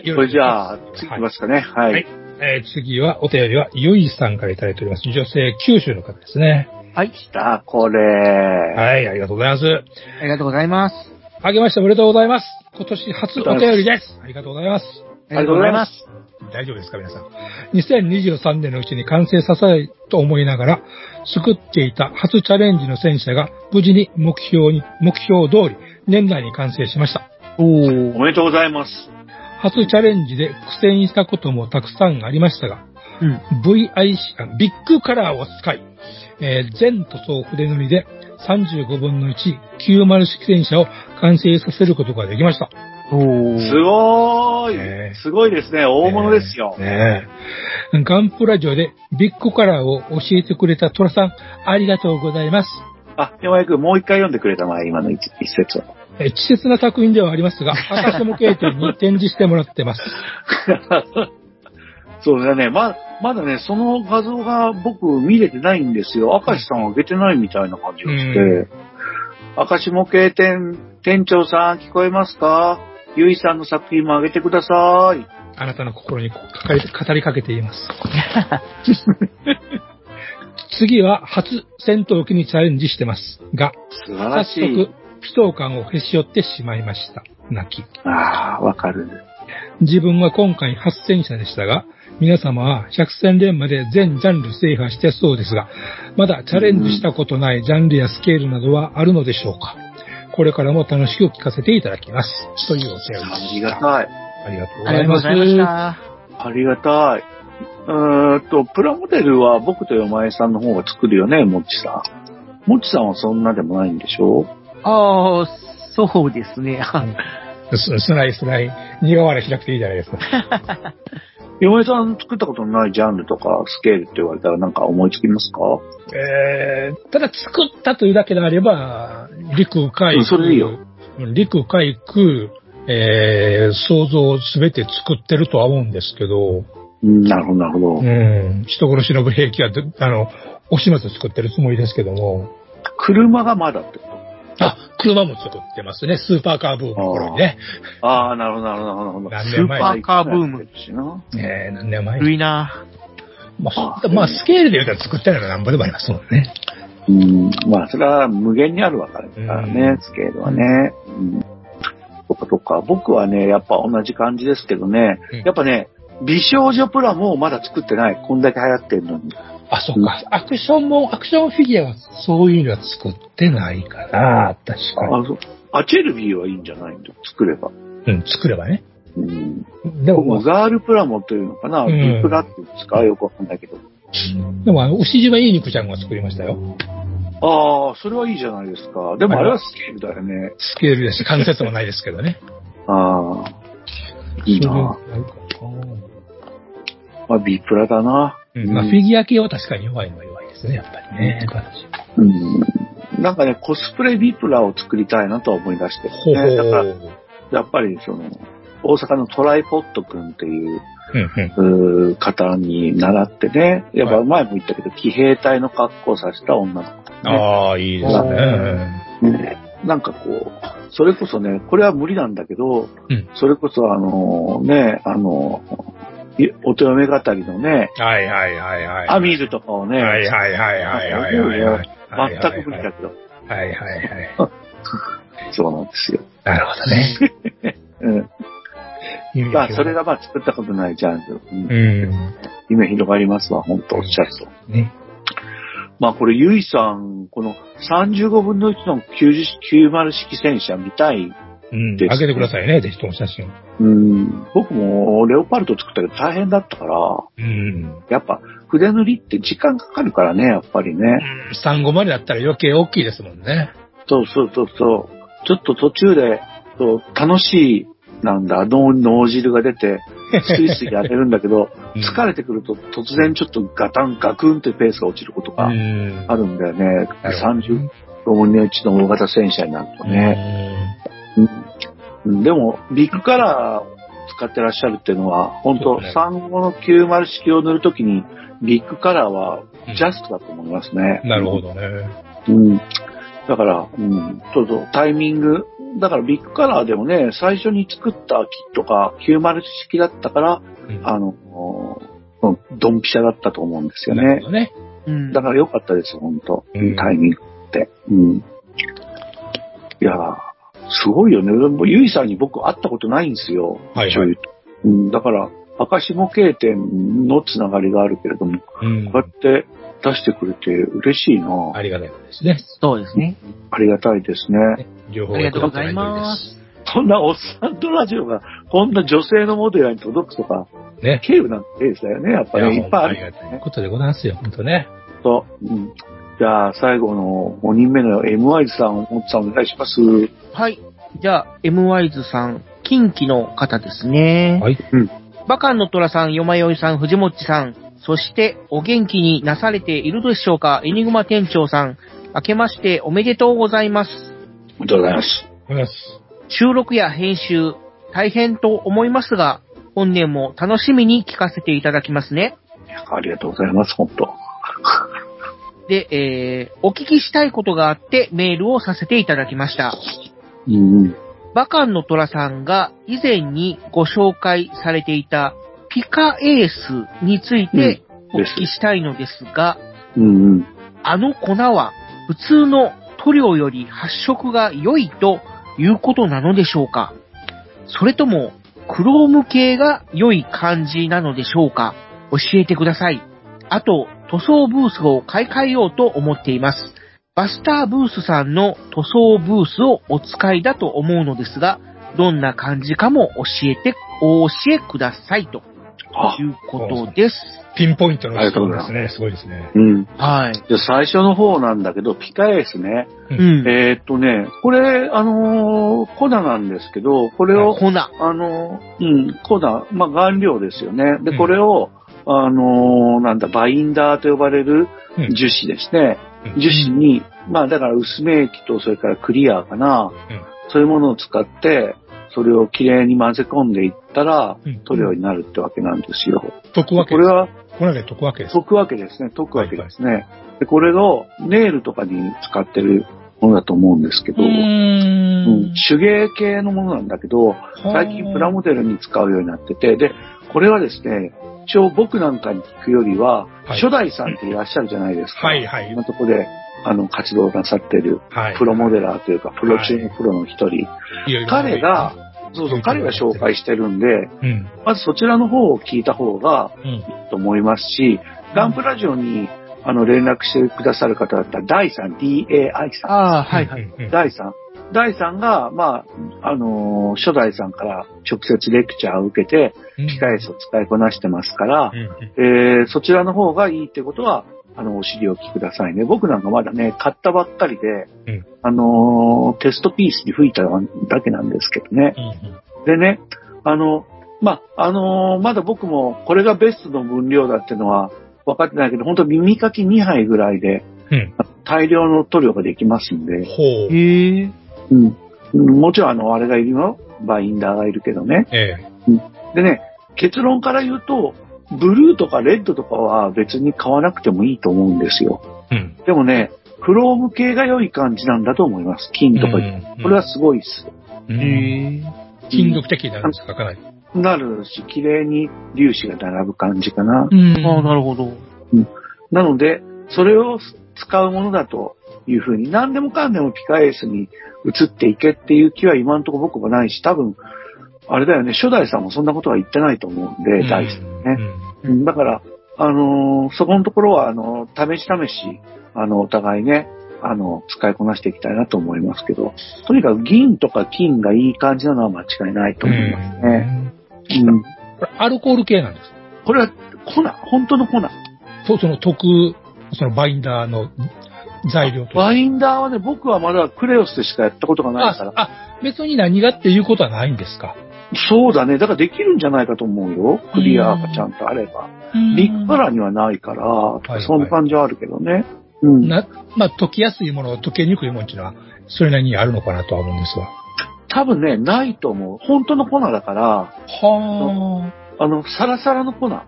これじゃあ、次行きますかね。はい。 次は、お便りは、ゆいさんからいただいております。女性九州の方ですね。 はい。 来た、これ。 はい、ありがとうございます。 ありがとうございます。 あげましておめでとうございます。今年初お便りです。ありがとうございます。 ありがとうございます。 大丈夫ですか、皆さん。2023年のうちに完成させたいと思いながら、作っていた初チャレンジの戦車が、無事に目標通り、年内に完成しました。 おめでとうございます。 初チャレンジで苦戦したこともたくさんありましたが、ビッグカラーを使い、全塗装筆塗りで35分の1、90式戦車を完成させることができました。 すごーい、すごいですね。大物ですよ。 ガンプラジオでビッグカラーを教えてくれたトラさん、ありがとうございます。 山井くん、もう一回読んでくれたまえ、今の一節を。 稚拙な作品ではありますが、赤島経典に展示してもらってます。 そうだね。まだね、その画像が僕見れてないんですよ。明石さんは上げてないみたいな感じがして。赤島経典店長さん聞こえますか？ゆいさんの作品も上げてください。 あなたの心に語りかけています。次は初戦闘機にチャレンジしてますが、 素晴らしい。 早速、ピトー感をへし折ってしまいました。泣き。 わかる。 自分は今回初戦車でしたが、皆様は百戦錬磨で全ジャンル制覇してそうですが、まだチャレンジしたことないジャンルやスケールなどはあるのでしょうか？これからも楽しく聞かせていただきます。というお便りでした。 ありがたい。 ありがとうございます。 ありがたい。プラモデルは僕と山江さんの方が作るよね、もっちさん。もっちさんはそんなでもないんでしょ？ そうですね。 スライ、苦笑いしなくていいじゃないですか。 山江さん作ったことのないジャンルとかスケールって言われたらなんか思いつきますか？ ただ作ったというだけであれば、陸海空、 それでいいよ。 陸海空、想像をすべて作ってるとは思うんですけど。 なるほど、なるほど。 人殺しの兵器は、お始末作ってるつもりですけども。 車がまだってこと？ 車も作ってますね。スーパーカーブームの頃にね。 なるほど、なるほど。 何年前スーパーカーブーム。 何年前古いな。 まあ、スケールで言うと作ってるのは何ぼでもありますもんね。 それは無限にあるわけだからね、スケールはね。とか。僕はね、やっぱ同じ感じですけどね、やっぱね、美少女プラもまだ作ってない。こんだけ流行ってるのに。 そっか。アクションフィギュアはそういうのは作ってないかな、確かに。 アチェルビーはいいんじゃないんだ、作れば。 作ればね。 でも、ガールプラモというのかな、ビプラっていうんですか、よくわかんないけど。 でも、牛島いい肉ちゃんが作りましたよ。 それはいいじゃないですか。でもあれはスケールだよね。 スケールですし、関節もないですけどね。 いいな。ビプラだな。 フィギュア系は確かに弱いのは弱いですね、やっぱりね。 なんかね、コスプレビプラを作りたいなと思い出してね。だから、やっぱり大阪のトライポット君っていう方に習ってね、やっぱ前も言ったけど、騎兵隊の格好をさせた女の子、 いいですね。 なんかそれこそね、これは無理なんだけど、それこそおとよめ語りのね、アミールとかをね、全く無理だけど。そうなんですよ。 なるほどね。 それが作ったことないジャンル。夢広がりますわ、本当おっしゃると。これ、ゆいさん、この35分の1の90式戦車見たいです。 あげてくださいね、ぜひとも写真。 僕もレオパルト作ったけど大変だったから、やっぱ筆塗りって時間かかるからね、やっぱりね。 35までだったら余計大きいですもんね。 そう。ちょっと途中で、楽しい、脳汁が出て、 スイスイやれるんだけど、疲れてくると突然ちょっとガクンってペースが落ちることがあるんだよね。30分の1の大型戦車になるとね。でも、ビッグカラーを使ってらっしゃるっていうのは、本当35の90式を塗るときに、ビッグカラーはジャストだと思いますね。 なるほどね。 だから、タイミング、だからビッグカラーでもね、最初に作ったキットが90式だったから、ドンピシャだったと思うんですよね。だから良かったですよ、本当、タイミングって。いやー、すごいよね。ゆいさんに僕会ったことないんですよ。だから、赤下経店のつながりがあるけれども、こうやって出してくれて嬉しいな。 ありがたいですね。 そうですね。 ありがたいですね。 両方ありがとうございます。 そんなおっさんとラジオが、こんな女性のモデルに届くとか、ね。経由なんてケースだよね、やっぱり、ね。いっぱいある、ね。 ありがたいことでございますよ、本当ね。 じゃあ、最後の5人目の M ワイズさん、お願いします。 はい。じゃあ、M ワイズさん、近畿の方ですね。 はい。 バカンの虎さん、よまよいさん、藤もっちさん、そしてお元気になされているでしょうか、エニグマ店長さん、明けましておめでとうございます。 おめでとうございます。 収録や編集、大変と思いますが、本年も楽しみに聞かせていただきますね。 ありがとうございます、本当。 で、お聞きしたいことがあってメールをさせていただきました。バカンの虎さんが以前にご紹介されていたピカエースについてお聞きしたいのですが、あの粉は普通の塗料より発色が良いということなのでしょうか？それともクローム系が良い感じなのでしょうか？教えてください。あと、塗装ブースを買い替えようと思っています。バスターブースさんの塗装ブースをお使いだと思うのですが、どんな感じかもお教えくださいということです。 ピンポイントの質問ですね。すごいですね。 はい。 じゃ最初の方なんだけど、ピカエースね。これ、粉なんですけど、これを、粉。顔料ですよね。で、これを、バインダーと呼ばれる樹脂ですね。樹脂に、だから薄め液とそれからクリアかな。そういうものを使って、それをきれいに混ぜ込んでいったら、塗料になるってわけなんですよ。 溶くわけです。これは、粉で溶くわけです。 溶くわけですね。溶くわけですね。で、これをネイルとかに使ってるものだと思うんですけど、手芸系のものなんだけど、最近プラモデルに使うようになってて、で、これはですね、一応僕なんかに聞くよりは、初代さんっていらっしゃるじゃないですか。今のところで、活動なさってる、プロモデラーというか、プロ中のプロの一人。彼が紹介してるんで、まずそちらの方を聞いた方がいいと思いますし、ガンプラジオに、連絡してくださる方だったら、ダイさん、DAI さん。ダイさんが、初代さんから直接レクチャーを受けて、ピカエースを使いこなしてますから、そちらの方がいいってことは、お尻を聞くださいね。僕なんかまだね、買ったばっかりで、テストピースに吹いただけなんですけどね。でね、まだ僕もこれがベストの分量だっていうのは分かってないけど、本当耳かき2杯ぐらいで、大量の塗料ができますんで。もちろんあれがいるよ。バインダーがいるけどね。でね、結論から言うと、ブルーとかレッドとかは別に買わなくてもいいと思うんですよ。でもね、クローム系が良い感じなんだと思います。金とか。これはすごいっす。 金属的になるんですか、かなり。 なるし、綺麗に粒子が並ぶ感じかな。 なるほど。 なので、それを使うものだというふうに、何でもかんでもピカエースに移っていけっていう気は今のところ僕もないし、多分、あれだよね、初代さんもそんなことは言ってないと思うんで、大好きね。だから、そこのところは、試し、お互いね、使いこなしていきたいなと思いますけど、とにかく銀とか金がいい感じなのは間違いないと思いますね。 これアルコール系なんですか？ これは粉、本当の粉。 そのバインダーの材料とバインダーはね、僕はまだクレオスでしかやったことがないから。 別に何がっていうことはないんですか？ そうだね。だからできるんじゃないかと思うよ。クリアがちゃんとあれば。ビッグカラーにはないから、そんな感じはあるけどね。 まあ、溶けやすいもの、溶けにくいものっていうのは、それなりにあるのかなとは思うんですが。 多分ね、ないと思う。本当の粉だから、サラサラの粉。 はい。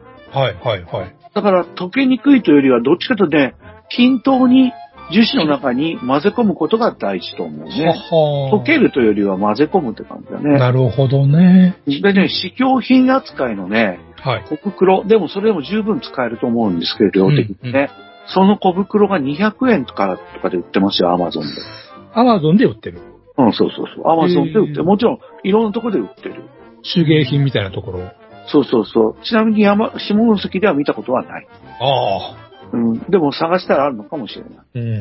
だから溶けにくいというよりは、どっちかというとね、均等に樹脂の中に混ぜ込むことが大事と思うね。溶けるというよりは混ぜ込むって感じだね。 なるほどね。 でね、試供品扱いのね、小袋、でもそれでも十分使えると思うんですけど、量的にね。その小袋が200円とかで売ってますよ、アマゾンで。 アマゾンで売ってる？ そう。アマゾンで売ってる。もちろん、いろんなところで売ってる。 手芸品みたいなところ。 そう。ちなみに下関では見たことはない。でも探したらあるのかもしれない。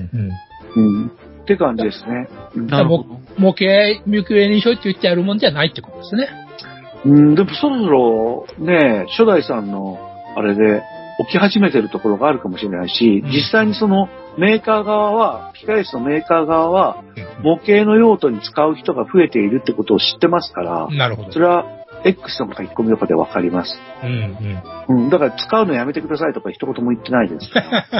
って感じですね。 模型にしょっちゅう言ってあるもんじゃないってことですね。 でもそろそろね、初代さんのあれで起き始めてるところがあるかもしれないし、実際にそのメーカー側は、ピカイスのメーカー側は、模型の用途に使う人が増えているってことを知ってますから、 なるほど。 それは X の書き込みとかでわかります。だから使うのやめてくださいとか一言も言ってないです。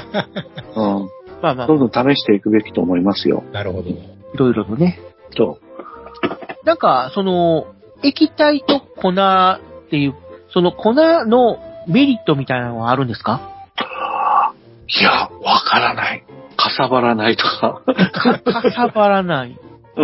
どんどん試していくべきと思いますよ。 なるほど。いろいろとね。なんか、液体と粉っていう、その粉のメリットみたいなのはあるんですか？ いや、わからない。かさばらないとか。 かさばらない。 だから、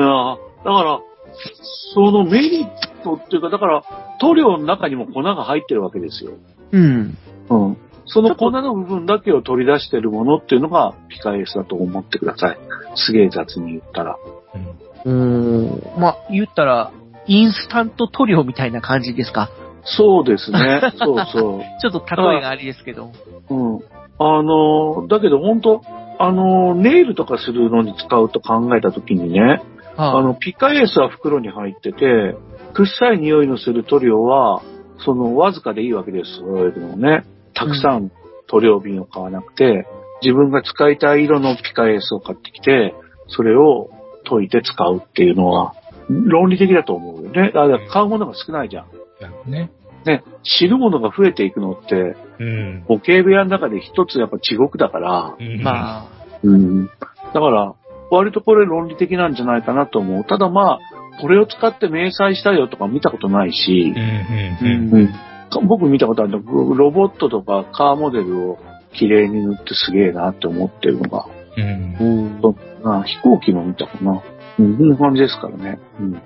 そのメリットっていうか、だから、塗料の中にも粉が入ってるわけですよ。その粉の部分だけを取り出してるものっていうのがピカエースだと思ってください。すげえ雑に言ったら。 まあ、言ったら、インスタント塗料みたいな感じですか？ そうですね。そう。 ちょっと例えがありですけど。 だけど本当、ネイルとかするのに使うと考えたときにね、ピカエースは袋に入ってて、臭い匂いのする塗料は、わずかでいいわけです。そういうのね。たくさん塗料瓶を買わなくて、自分が使いたい色のピカエースを買ってきて、それを溶いて使うっていうのは、論理的だと思うよね。だから買うものが少ないじゃん。 ね、 知るものが増えていくのって、模型部屋の中で一つやっぱ地獄だから、だから、割とこれ論理的なんじゃないかなと思う。ただまあ、これを使って明細したよとか見たことないし、僕見たことあるのは、ロボットとかカーモデルを綺麗に塗ってすげえなって思ってるのが、飛行機も見たかな。こんな感じですからね。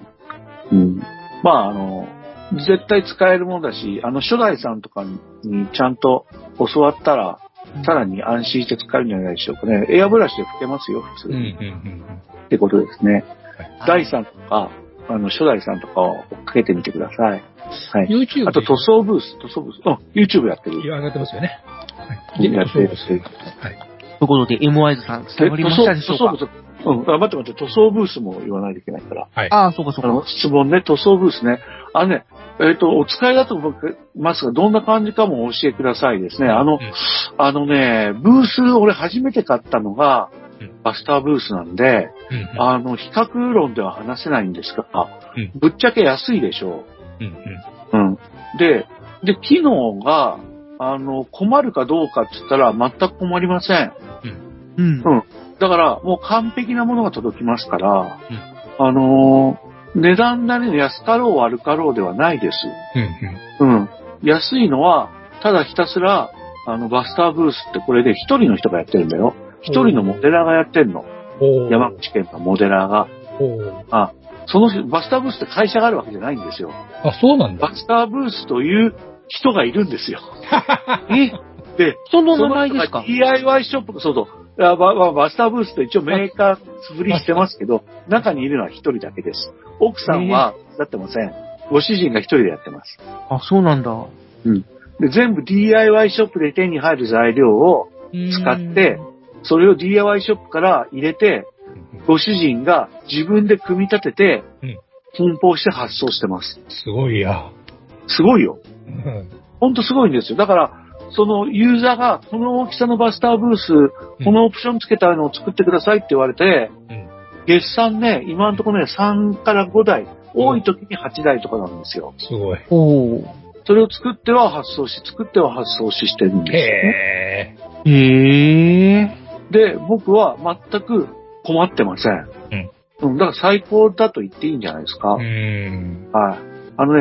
まあ絶対使えるものだし、初代さんとかにちゃんと教わったら、さらに安心して使えるんじゃないでしょうかね。エアブラシで拭けますよ、普通に。ってことですね。第3とか、初代さんとかを追っかけてみてください。 YouTube。 あと塗装ブース。YouTube やってる。 上がってますよね。 やってる。 ということで、M ワイズさん、伝わりましたでしょうか？ 待って、塗装ブースも言わないといけないから。 そうか。 質問ね、塗装ブースね。お使いだと思いますが、どんな感じかも教えてくださいですね。ブース、俺初めて買ったのが、バスターブースなんで、比較論では話せないんですが、ぶっちゃけ安いでしょう。で、機能が、困るかどうかって言ったら全く困りません。だから、もう完璧なものが届きますから、値段なりの安かろう悪かろうではないです。安いのは、ただひたすら、バスターブースってこれで一人の人がやってるんだよ。一人のモデラーがやってるの。山口県のモデラーが。そのバスターブースって会社があるわけじゃないんですよ。 そうなんだ。 バスターブースという人がいるんですよ。で、 その名前ですか？ DIY ショップ、バスターブースって一応メーカー振りしてますけど、中にいるのは一人だけです。奥さんはやってません。ご主人が一人でやってます。 そうなんだ。 で、全部 DIY ショップで手に入る材料を使って、それを DIY ショップから入れて、ご主人が自分で組み立てて、梱包して発送してます。 すごいや。 すごいよ。ほんとすごいんですよ。だから、そのユーザーがこの大きさのバスターブース、このオプションつけたのを作ってくださいって言われて、月産ね、今のところね、3から5台多い時に8台とかなんですよ。 すごい。 それを作っては発送ししてるんですよね。 へー。 で、僕は全く困ってません。だから最高だと言っていいんじゃないですか。はい。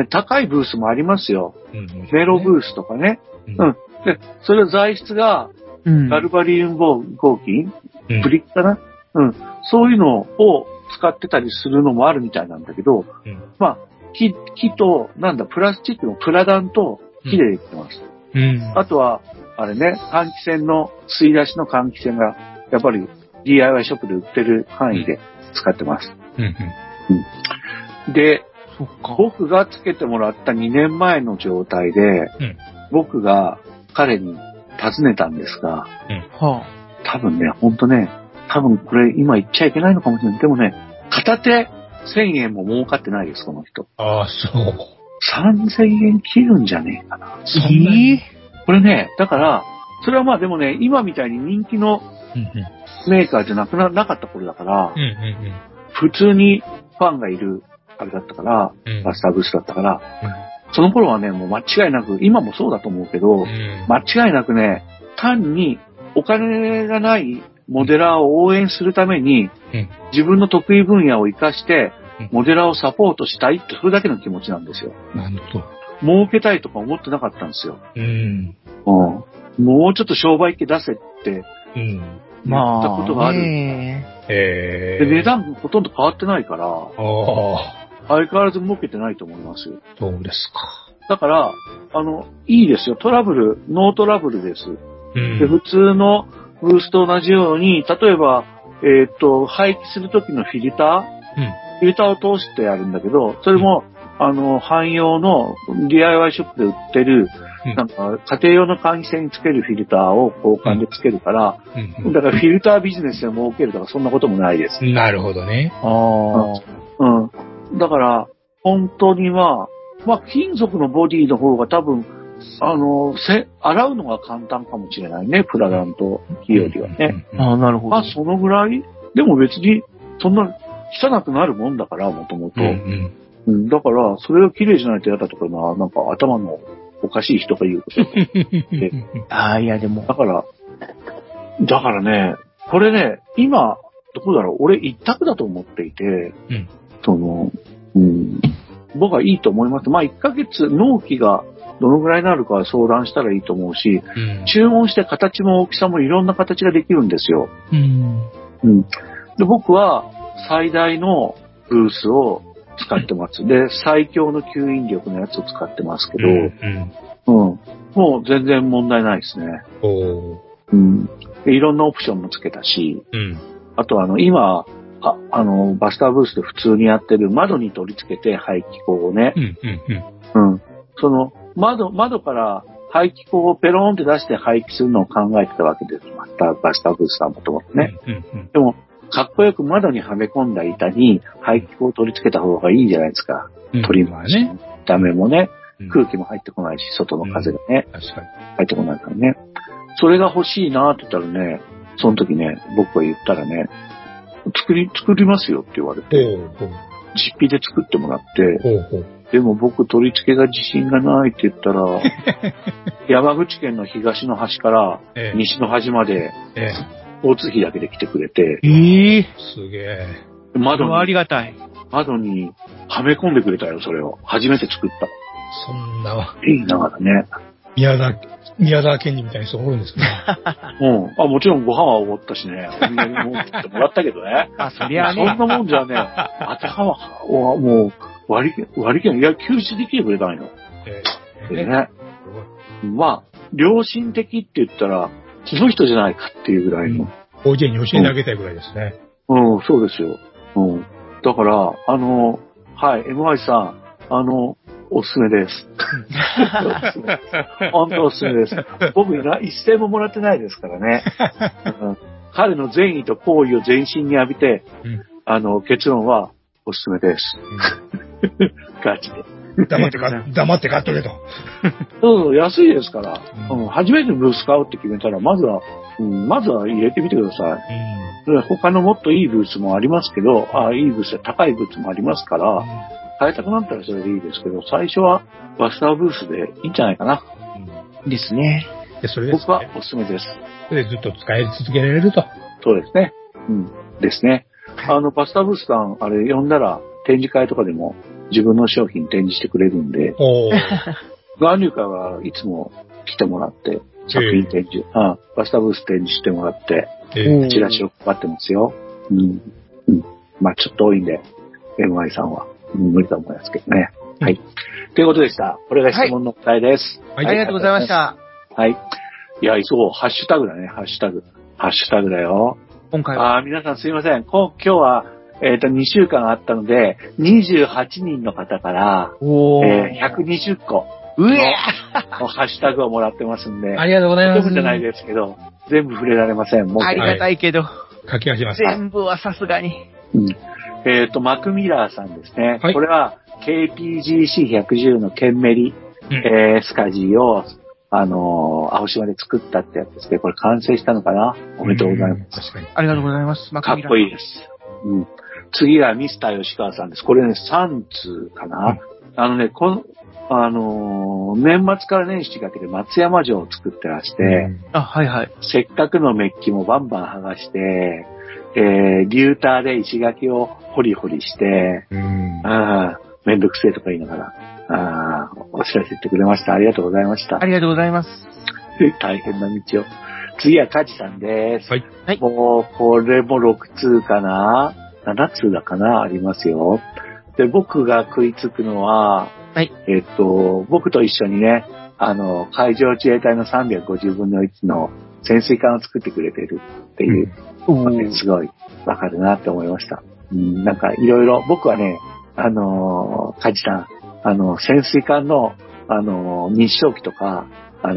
高いブースもありますよ。メロブースとかね。で、それは材質が、ガルバリウム合金、ブリックかな、そういうのを使ってたりするのもあるみたいなんだけど、まあ、木と、プラスチックのプラダンと木でできてます。あとは、あれね、換気扇の、吸い出しの換気扇が、やっぱり DIY ショップで売ってる範囲で使ってます。で、僕がつけてもらった2年前の状態で、僕が彼に尋ねたんですが、多分ね、ほんとね、多分これ今言っちゃいけないのかもしれない。でもね、片手1000円も儲かってないです、この人。 ああ、そう。 3000円切るんじゃねえかな。これね、だから、それはまあでもね、今みたいに人気のメーカーじゃなかった頃だから、普通にファンがいるあれだったから、バスターブースだったから、その頃はね、もう間違いなく、今もそうだと思うけど、間違いなくね、単にお金がないモデラーを応援するために、自分の得意分野を活かして、モデラーをサポートしたいって、それだけの気持ちなんですよ。 なるほど。 儲けたいとか思ってなかったんですよ。もうちょっと商売機出せって言ったことがある。で、値段ほとんど変わってないから、相変わらず儲けてないと思いますよ。 そうですか。 だから、いいですよ。ノートラブルです。で、普通のブースと同じように、例えば、廃棄するときのフィルターを通してやるんだけど、それも、汎用の DIY ショップで売ってる、なんか、家庭用の換気扇につけるフィルターを交換でつけるから、だからフィルタービジネスで儲けるとか、そんなこともないです。 なるほどね。 だから、本当に金属のボディの方が多分、洗うのが簡単かもしれないね、プラダンと木よりはね。 なるほど。 そのぐらいでも別に、そんな汚くなるもんだから、もともと。だから、それが綺麗じゃないと嫌だとかな、なんか頭のおかしい人が言うことで。 いやでも。 だからね、これね、今、どこだろう、俺一択だと思っていて、僕はいいと思います。まあ、1ヶ月納期がどのぐらいになるかは相談したらいいと思うし、注文して形も大きさもいろんな形ができるんですよ。で、僕は最大のブースを使ってます。で、最強の吸引力のやつを使ってますけど、もう全然問題ないですね。でいろんなオプションもつけたし、あと今、バスターブースで普通にやってる窓に取り付けて排気口をね、その窓から排気口をペローンって出して排気するのを考えてたわけです。バスターブースはもともとね。でも、かっこよく窓にはめ込んだ板に排気口を取り付けた方がいいじゃないですか。取り回し、見た目もね、空気も入ってこないし、外の風がね、入ってこないからね。それが欲しいなって言ったらね、その時ね、僕が言ったらね、作りますよって言われて、実費で作ってもらって、でも僕取り付けが自信がないって言ったら、山口県の東の端から西の端まで、交通費だけで来てくれて、 すげえ。 ありがたい。 窓にはめ込んでくれたよ、それを。初めて作った。 そんな。 言いながらね。 宮沢賢治みたいな人おるんですね。 もちろんご飯はおごったしね、お土産も送ってもらったけどね。 そりゃね。 そんなもんじゃね、頭は、もう、割り券、いや、休止できてくれたんよ。でね。まあ、良心的って言ったら、その人じゃないかっていうぐらいの。 OJ に教えてあげたいぐらいですね。 そうですよ。だから、はい、MY さん、おすすめです。本当おすすめです。僕、一銭ももらってないですからね。彼の善意と行為を全身に浴びて、結論はおすすめです。ガチで。 黙って買っとけと。 そう、安いですから、初めてブース買うって決めたら、まずは入れてみてください。他のもっといいブースもありますけど、いいブース、高いブースもありますから、 変えたくなったらそれでいいですけど、最初はバスターブースでいいんじゃないかな。 ですね。 で、それです、ね。 僕はおすすめです。 それでずっと使い続けられると。 そうですね。ですね。バスターブースさん、あれ、呼んだら展示会とかでも自分の商品展示してくれるんで、ガーニューカーはいつも来てもらって、作品展示、バスターブース展示してもらって、チラシを配ってますよ。まあちょっと多いんで、MI さんは無理と思いますけどね。はい。ということでした。これが質問の答えです。 はい。ありがとうございました。 はい。いや、そう、ハッシュタグだね、ハッシュタグ。ハッシュタグだよ。 今回は。 皆さんすいません。今日は、2週間あったので、28人の方から、120個のハッシュタグをもらってますんで、 ありがとうございます。 全部じゃないですけど、全部触れられません。 ありがたいけど。 書き始めます。 全部はさすがに。 マクミラーさんですね。 はい、 これは KPGC110 のケンメリ、スカジーを、青島で作ったってやつですけど、これ完成したのかな？おめでとうございます。 確かに。 ありがとうございます。 かっこいいです。次はミスター吉川さんです。これね、3通かな？年末から年始かけて松山城を作ってらして、 はいはい。 せっかくのメッキもバンバン剥がして、リューターで石垣をホリホリして、めんどくせえとか言いながら、お知らせしてくれました。ありがとうございました。 ありがとうございます。 大変な道を。次はカジさんです。 はい。 もう、これも6通かな ?7 通だかなありますよ。で、僕が食いつくのは、 はい。 僕と一緒にね、海上自衛隊の350分の1の潜水艦を作ってくれてるっていう、すごいわかるなって思いました。なんかいろいろ、僕はね、カジさん、潜水艦の、日照機とか、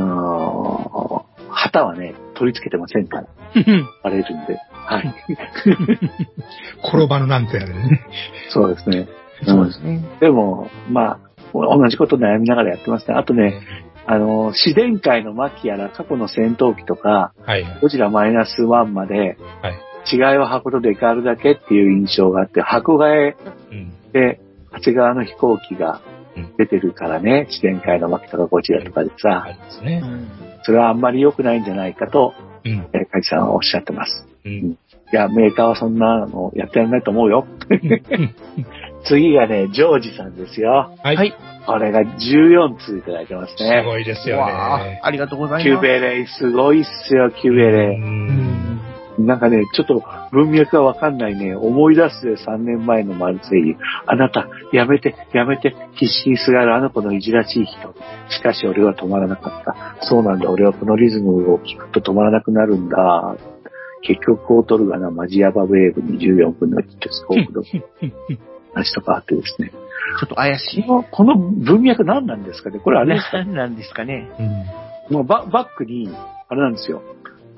旗はね、取り付けてませんから。バレるんで。はい。 転ばぬなんてやるね。 そうですね。 そうですね。 でも、まあ、同じこと悩みながらやってますね。あとね、自然界の末期やら過去の戦闘機とか、ゴジラマイナス1まで、違いを箱とデカールだけっていう印象があって、箱替えで、長谷川の飛行機が出てるからね、自然界の末期とかゴジラとかでさ、それはあんまり良くないんじゃないかと、カジさんはおっしゃってます。いや、メーカーはそんなのやってられないと思うよ。次がね、ジョージさんですよ。 はい。 これが14通いただいてますね。 すごいですよね。 ありがとうございます。 キュベレイ、すごいっすよ、キュベレイ。なんかね、ちょっと文脈がわかんないね、思い出すで3年前のマルセイユ。あなた、やめて、必死にすがるあの子のいじらしい人。しかし俺は止まらなかった。そうなんだ、俺はこのリズムを聞くと止まらなくなるんだ。結局こう取るがな、マジヤバウェーブ24分の1ってすごく話とかあってですね。 ちょっと怪しい。 この文脈何なんですかね？これあれですか？ 何なんですかね。 もうバックに、あれなんですよ。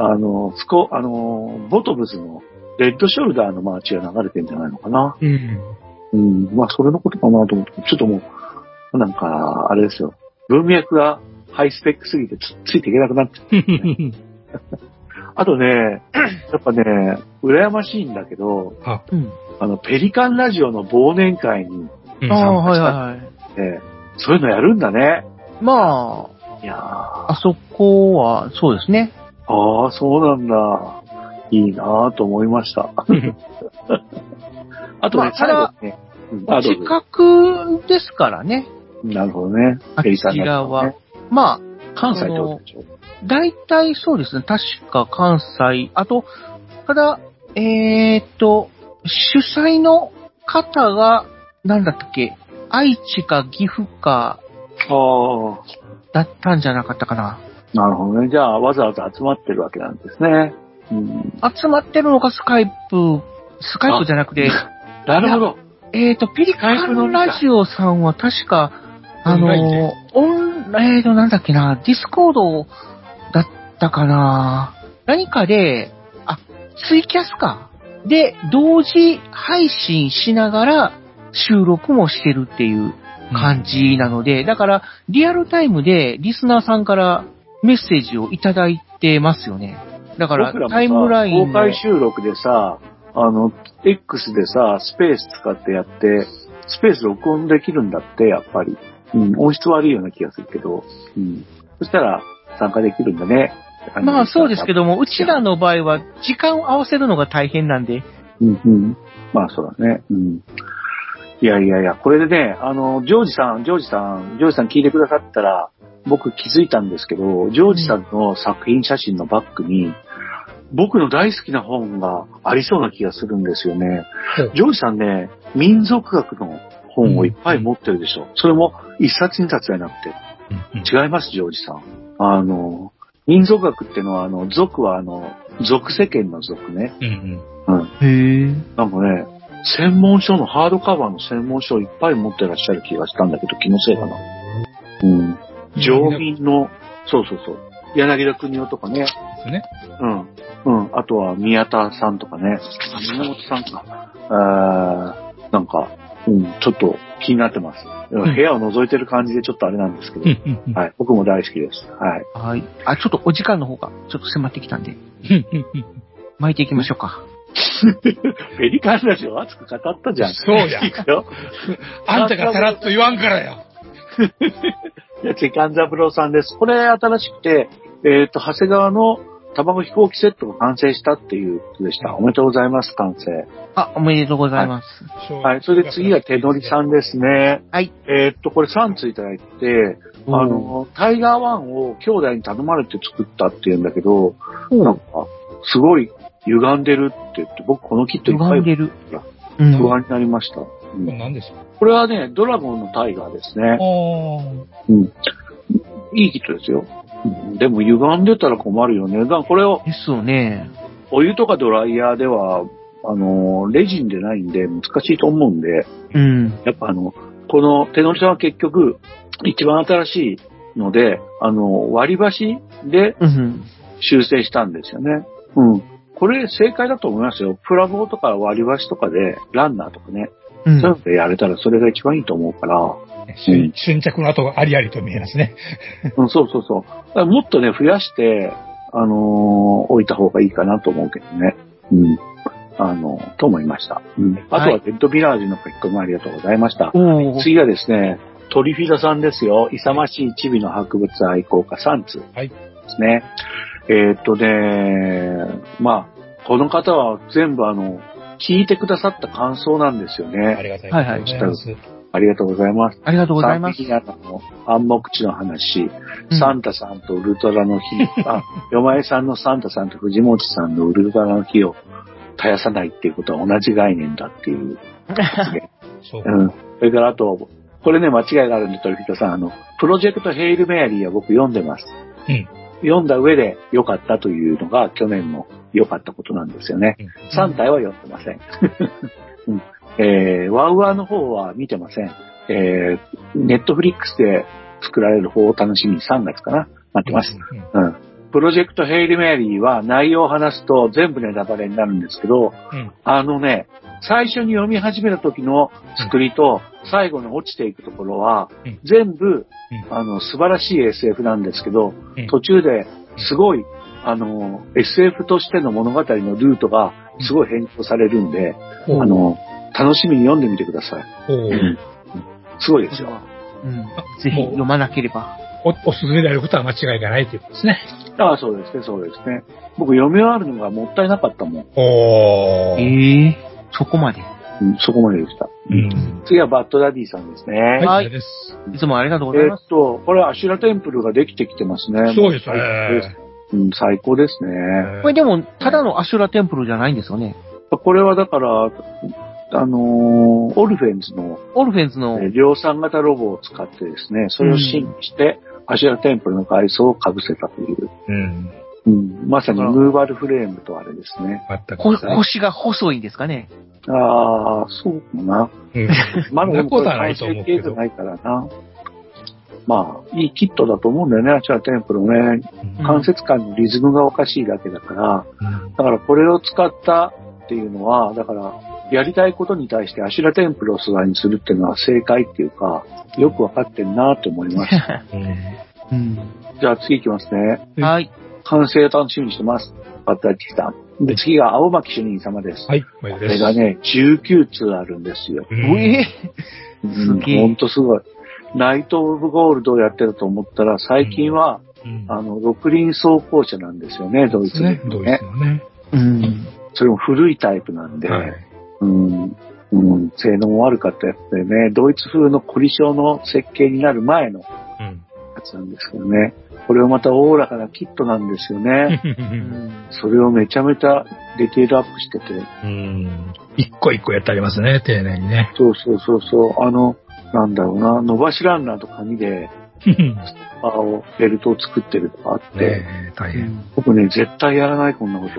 ボトムズのレッドショルダーのマーチが流れてんじゃないのかな。まあ、それのことかなと思って、ちょっともう、なんか、あれですよ。文脈がハイスペックすぎてついていけなくなっちゃって、あとね、やっぱね、羨ましいんだけど、ペリカンラジオの忘年会に参加したって、そういうのやるんだね。 まあ、 いやあそこは、そうですね。 ああ、そうなんだ。いいなぁと思いました。あとね、最後ね。 近くですからね。 なるほどね。 あちらは。まあ、 関西ってことでしょ？ 大体そうですね。確か関西。あと、ただ、主催の方が、なんだったっけ、愛知か岐阜か、だったんじゃなかったかな。 なるほどね。じゃあ、わざわざ集まってるわけなんですね。 集まってるのがスカイプじゃなくて。 なるほど。 ピリカンラジオさんは確か、なんだっけな、ディスコードだったかな。何かで、ツイキャスか。で、同時配信しながら収録もしてるっていう感じなので、だから、リアルタイムでリスナーさんからメッセージをいただいてますよね。だから、タイムライン公開収録でさ、X でさ、スペース使ってやって、 スペース録音できるんだって、やっぱり。音質悪いような気がするけど。そしたら参加できるんだね。 まあそうですけども、うちらの場合は時間を合わせるのが大変なんで。 まあそうだね。いや、これでね、ジョージさん聞いてくださったら、僕気づいたんですけど、ジョージさんの作品写真のバックに、僕の大好きな本がありそうな気がするんですよね。ジョージさんね、民族学の本をいっぱい持ってるでしょ。それも一冊二冊じゃなくて。違います、ジョージさん。民族学っていうのは、族は族世間の族ね。なんかね、専門書のハードカバーの専門書をいっぱい持ってらっしゃる気がしたんだけど、気のせいかな。上民の、そう。柳田国夫とかね。 ね。 あとは宮田さんとかね。宮本さんか。なんか、ちょっと気になってます。部屋を覗いてる感じでちょっとあれなんですけど。はい。僕も大好きです。はい。 ちょっとお時間の方がちょっと迫ってきたんで。巻いていきましょうか。 ペリカンラジオ熱く語ったじゃん。 そうや。あんたがさらっと言わんからや。 セカンザブローさんです。これ新しくて、長谷川の卵飛行機セットが完成したっていうことでした。おめでとうございます、完成。 おめでとうございます。 はい。それで次は手乗りさんですね。 はい。 これ3ついただいて、タイガー1を兄弟に頼まれて作ったっていうんだけど、なんか、すごい歪んでるって言って、僕このキットいっぱい歪んでる。 不安になりました。 何でしょう？ これはね、ドラゴンのタイガーですね。いいキットですよ。でも歪んでたら困るよね。だからこれを、 ですよね。 お湯とかドライヤーでは、レジンでないんで難しいと思うんで、やっぱこの手乗りさんは結局、一番新しいので、割り箸で修正したんですよね。これ正解だと思いますよ。プラボーとか割り箸とかで、ランナーとかね。そういうのでやれたらそれが一番いいと思うから。 瞬着の跡がありありと見えますね。 そう。だからもっとね、増やして、置いた方がいいかなと思うけどね。と思いました。あとはレッドビラージの書き込みありがとうございました。次はですね、トリフィダさんですよ。勇ましいチビの博物愛好家3通ですね。まあ、この方は全部聞いてくださった感想なんですよね。 ありがたいございます。 ありがとうございます。 ありがとうございます。 サンビリアの暗黙知の話、サンタさんとウルトラの日、よまえさんのサンタさんと藤本さんのウルトラの日を絶やさないっていうことは同じ概念だっていう発言。それからあと、これね、間違いがあるんで、トリフィトさん、プロジェクトヘイルメアリーは僕読んでます。読んだ上で良かったというのが去年の良かったことなんですよね。3体は読んでません。ワウワーの方は見てません。ネットフリックスで作られる方を楽しみに3月かな待ってます。プロジェクトヘイルメアリーは内容を話すと全部ネタバレになるんですけど、最初に読み始めた時の作りと最後に落ちていくところは全部素晴らしい SF なんですけど、途中ですごいSF としての物語のルートがすごい変更されるんで、楽しみに読んでみてください。すごいですよ。 ぜひ読まなければ。 おすすめであることは間違いがないということですね。 そうですね。僕読み終わるのがもったいなかったもん。 そこまで。 そこまででした。次はバッドダディさんですね。 はい。いつもありがとうございます。 これアシュラテンプルができてきてますね。 そうですね。 最高ですね。 これでも、ただのアシュラテンプルじゃないんですよね。 これはだから、オルフェンズの量産型ロボを使ってですね、それを審議して、アシュラテンプルの外装を被せたという。まさにムーバルフレームとあれですね。 腰が細いんですかね。 そうかな。まだでもこれ完成形じゃないからな。まあ、いいキットだと思うんだよね、アシュラテンプルね。関節間のリズムがおかしいだけだから。だからこれを使ったっていうのは、だから、やりたいことに対してアシュラテンプルを素材にするっていうのは正解っていうか、よくわかってんなと思いました。じゃあ次行きますね。 はい。 完成を楽しみにしてます。バッターキさん。で、次が青巻主任様です。 はい、 これがね、19通あるんですよ。 すげえ。 ほんとすごい。ナイト・オブ・ゴールドをやってると思ったら、最近は、六輪走行車なんですよね、ドイツで、ね。 ドイツのね。 それも古いタイプなんで、性能も悪かったやつでね、ドイツ風の凝り性の設計になる前のやつなんですけどね。これはまたおおらかなキットなんですよね。それをめちゃめちゃディテールアップしてて。 一個一個やってありますね、丁寧にね。 そう。なんだろうな、伸ばしランナーと紙で、ベルトを作ってるとかあって、 大変。 僕ね、絶対やらない、こんなこと。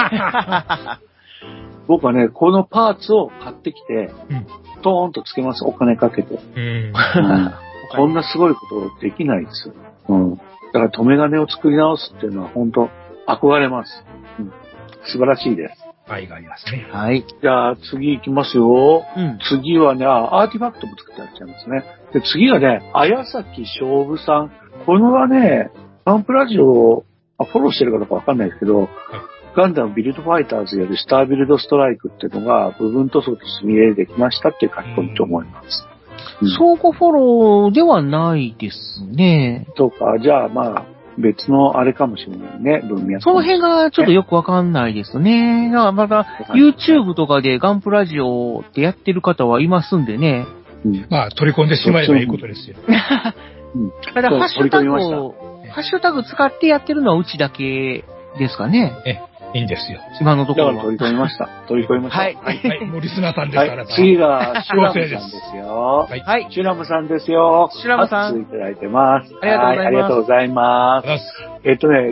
僕はね、このパーツを買ってきて、トーンとつけます、お金かけて。こんなすごいことできないです。だから留め金を作り直すっていうのは本当憧れます。素晴らしいです。 愛がありますね。 はい。 じゃあ次行きますよ。次はね、アーティファクトも作ってらっしゃいますね。で、次はね、綾崎勝負さん。これはね、ガンプラジオをフォローしてるかどうかわかんないですけど、ガンダムビルドファイターズよりスタービルドストライクっていうのが部分塗装と墨入れできましたっていう書き込みと思います。 相互フォローではないですね。 そうか、じゃあまあ、別のあれかもしれないね、文脈。 その辺がちょっとよくわかんないですね。だからまた、YouTube とかでガンプラジオってやってる方はいますんでね。 まあ、取り込んでしまえばいいことですよ。 ただ、ハッシュタグ使ってやってるのはうちだけですかね。 いいんですよ。 今のところは。 だから取り込みました。 はい。 もうリスナーさんですから。 次が、シュラムさんですよ。 はい。 シュラムさんですよ。 シュラムさん。 いただいてます。 ありがとうございます。 ありがとうございます。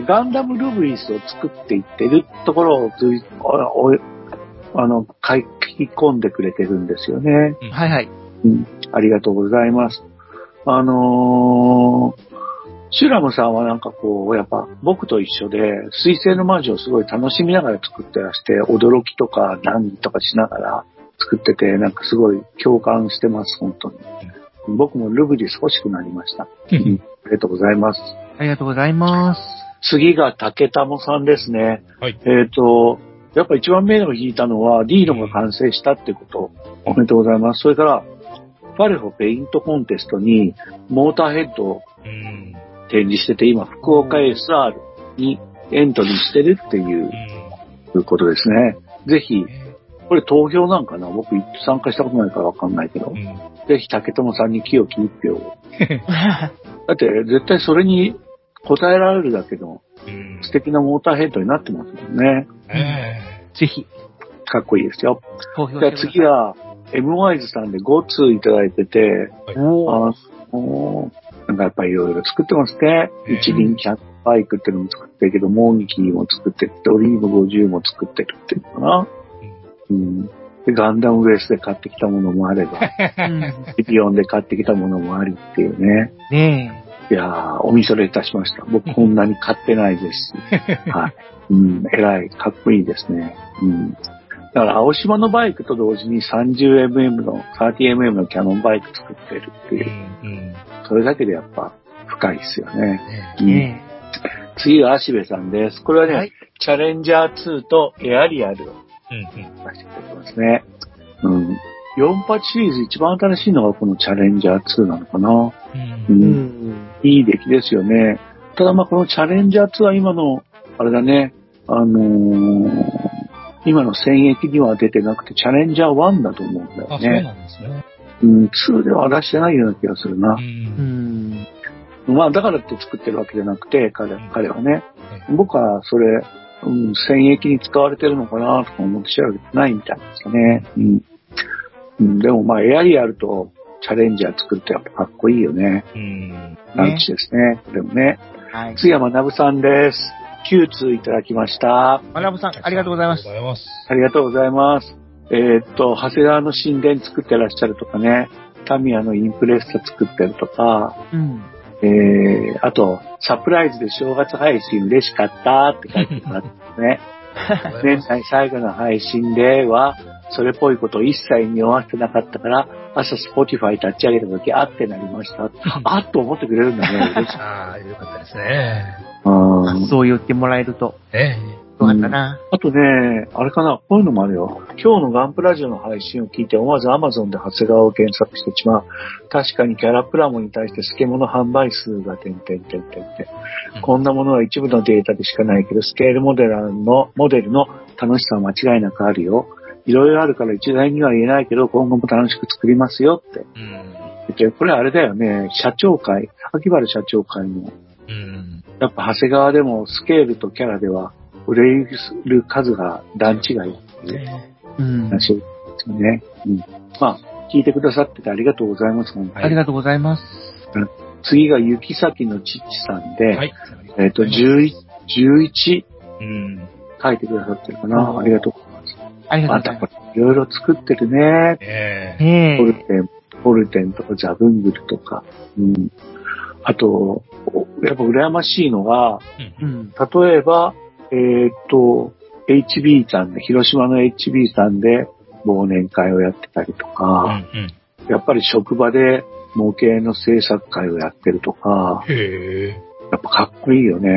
ガンダムルブリスを作っていってるところを書き込んでくれてるんですよね。 はいはい。 ありがとうございます。シュラムさんはなんかこう、やっぱ僕と一緒で、水星の魔女をすごい楽しみながら作ってらして、驚きとか難儀とかしながら作ってて、なんかすごい共感してます、本当に。僕もルブリス欲しくなりました。ありがとうございます。 ありがとうございます。 次が竹玉さんですね。 はい。 やっぱ一番目を引いたのは、ディーノが完成したってこと、おめでとうございます。それから、ファレホペイントコンテストに、モーターヘッドを展示してて、今、福岡 SR にエントリーしてるっていうことですね。ぜひ、これ投票なんかな、僕参加したことないからわかんないけど、ぜひ竹友さんに清き一票を。だって絶対それに応えられるだけの素敵なモーターヘッドになってますもんね。 ぜひ。 かっこいいですよ。 投票じゃあ次は M ワイズさんで5通いただいてて、なんかやっぱりいろいろ作ってますね。一輪キャットバイクっていうのも作ってるけど、モーニキーも作ってる、ドリーム50も作ってるっていうのかな。でガンダムベースで買ってきたものもあれば、リピオンで買ってきたものもありっていうね。いやー、お見それいたしました。僕こんなに買ってないですし。はい。偉い、かっこいいですね。だから、青島のバイクと同時に 30mm の、30mm のキャノンバイク作ってるっていう。それだけでやっぱ深いですよね。次が芦部さんです。これはね、チャレンジャー2とエアリアルを出してくれてますね。48シリーズ一番新しいのがこのチャレンジャー2なのかな。いい出来ですよね。ただまあこのチャレンジャー2は今の、あれだね、今の戦役には出てなくてチャレンジャー1だと思うんだよね。 そうなんですね。 2では出してないような気がするな。まあだからって作ってるわけじゃなくて、彼はね。僕はそれ、戦役に使われてるのかなとか思って調べてないみたいですね。でもまあエアリアルとチャレンジャー作るとやっぱかっこいいよね。なんちですね。でもね。津山学さんです。9通いただきました。 学さん、ありがとうございます。 ありがとうございます。長谷川の神殿作ってらっしゃるとかね。タミヤのインプレッサ作ってるとか。あと、サプライズで正月配信嬉しかったって書いてもらってね。年内最後の配信では、 それっぽいことを一切匂わせてなかったから、朝Spotify立ち上げた時、あってなりました。あっと思ってくれるんだね。 ああ、よかったですね。 そう言ってもらえると。よかったな。 あとね、あれかな、こういうのもあるよ。今日のガンプラジオの配信を聞いて、思わず Amazon で長谷川を検索してしまう。確かにキャラプラモに対してスケモノ販売数がこんなものは一部のデータでしかないけど、スケールモデルの楽しさは間違いなくあるよ。いろいろあるから一概には言えないけど、今後も楽しく作りますよって。でこれあれだよね、社長会、榊原社長会の。やっぱ長谷川でもスケールとキャラでは、売れる数が段違いっていう話ですよね。まあ、聞いてくださっててありがとうございます。 ありがとうございます。 次が雪崎のちっちさんで、11、書いてくださってるかな。ありがとうございます。 ありがとうございます。 いろいろ作ってるね。ポルテンとかザブングルとか。あと、やっぱ羨ましいのが、例えば、HB さんで、広島の HB さんで忘年会をやってたりとか、やっぱり職場で模型の制作会をやってるとか、やっぱかっこいいよね。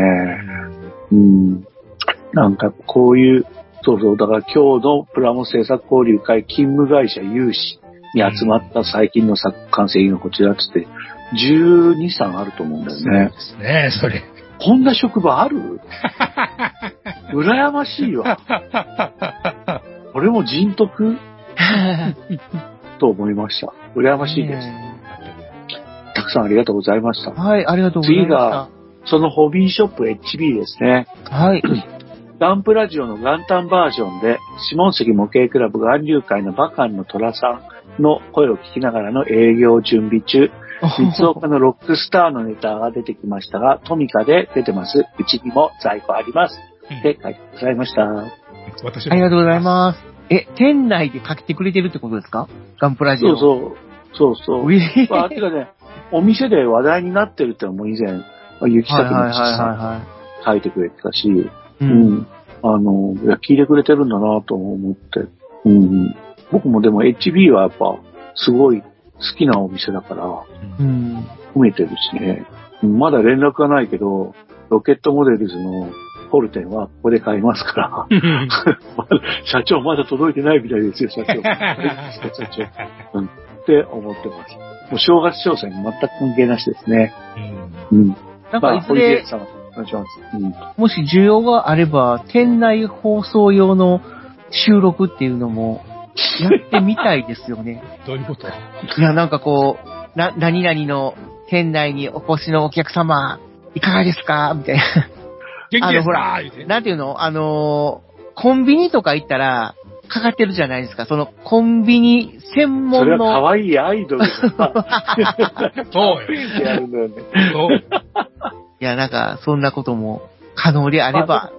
なんかこういう、だから今日のプラモ制作交流会勤務会社有志に集まった最近の完成品がこちらつって、12、3あると思うんだよね。そうですね、それ。 こんな職場ある？羨ましいわ。これも人徳と思いました。羨ましいです。たくさんありがとうございました。 はい、ありがとうございました。 次が、そのホビーショップ HB ですね。 はい。 ガンプラジオの元旦バージョンで、下関模型クラブ岩流会のバカンの虎さんの声を聞きながらの営業準備中、三岡のロックスターのネタが出てきましたが、トミカで出てます。うちにも在庫あります。って書いてくださいました。ありがとうございます。店内で書けてくれてるってことですか？ガンプラジオ。 そう。まあ、てかね、お店で話題になってるってのも以前、雪崎の父さん書いてくれてたし、いや、聞いてくれてるんだなと思って、僕もでも HB はやっぱ、すごい好きなお店だから、褒めてるしね。まだ連絡がないけど、ロケットモデルズのポルテンはここで買いますから。社長まだ届いてないみたいですよ、社長。って思ってます。もう正月商戦に全く関係なしですね。 なんかいずれ、もし需要があれば、店内放送用の収録っていうのもやってみたいですよね。 どういうこと？ いや、なんかこう、何々の店内にお越しのお客様、いかがですかみたいな。 元気ですか？ ほら、なんていうのコンビニとか行ったら、かかってるじゃないですか。そのコンビニ専門の。 それは可愛いアイドルがそうよ。 やるんだよね。 そう。 いや、なんか、そんなことも可能であれば。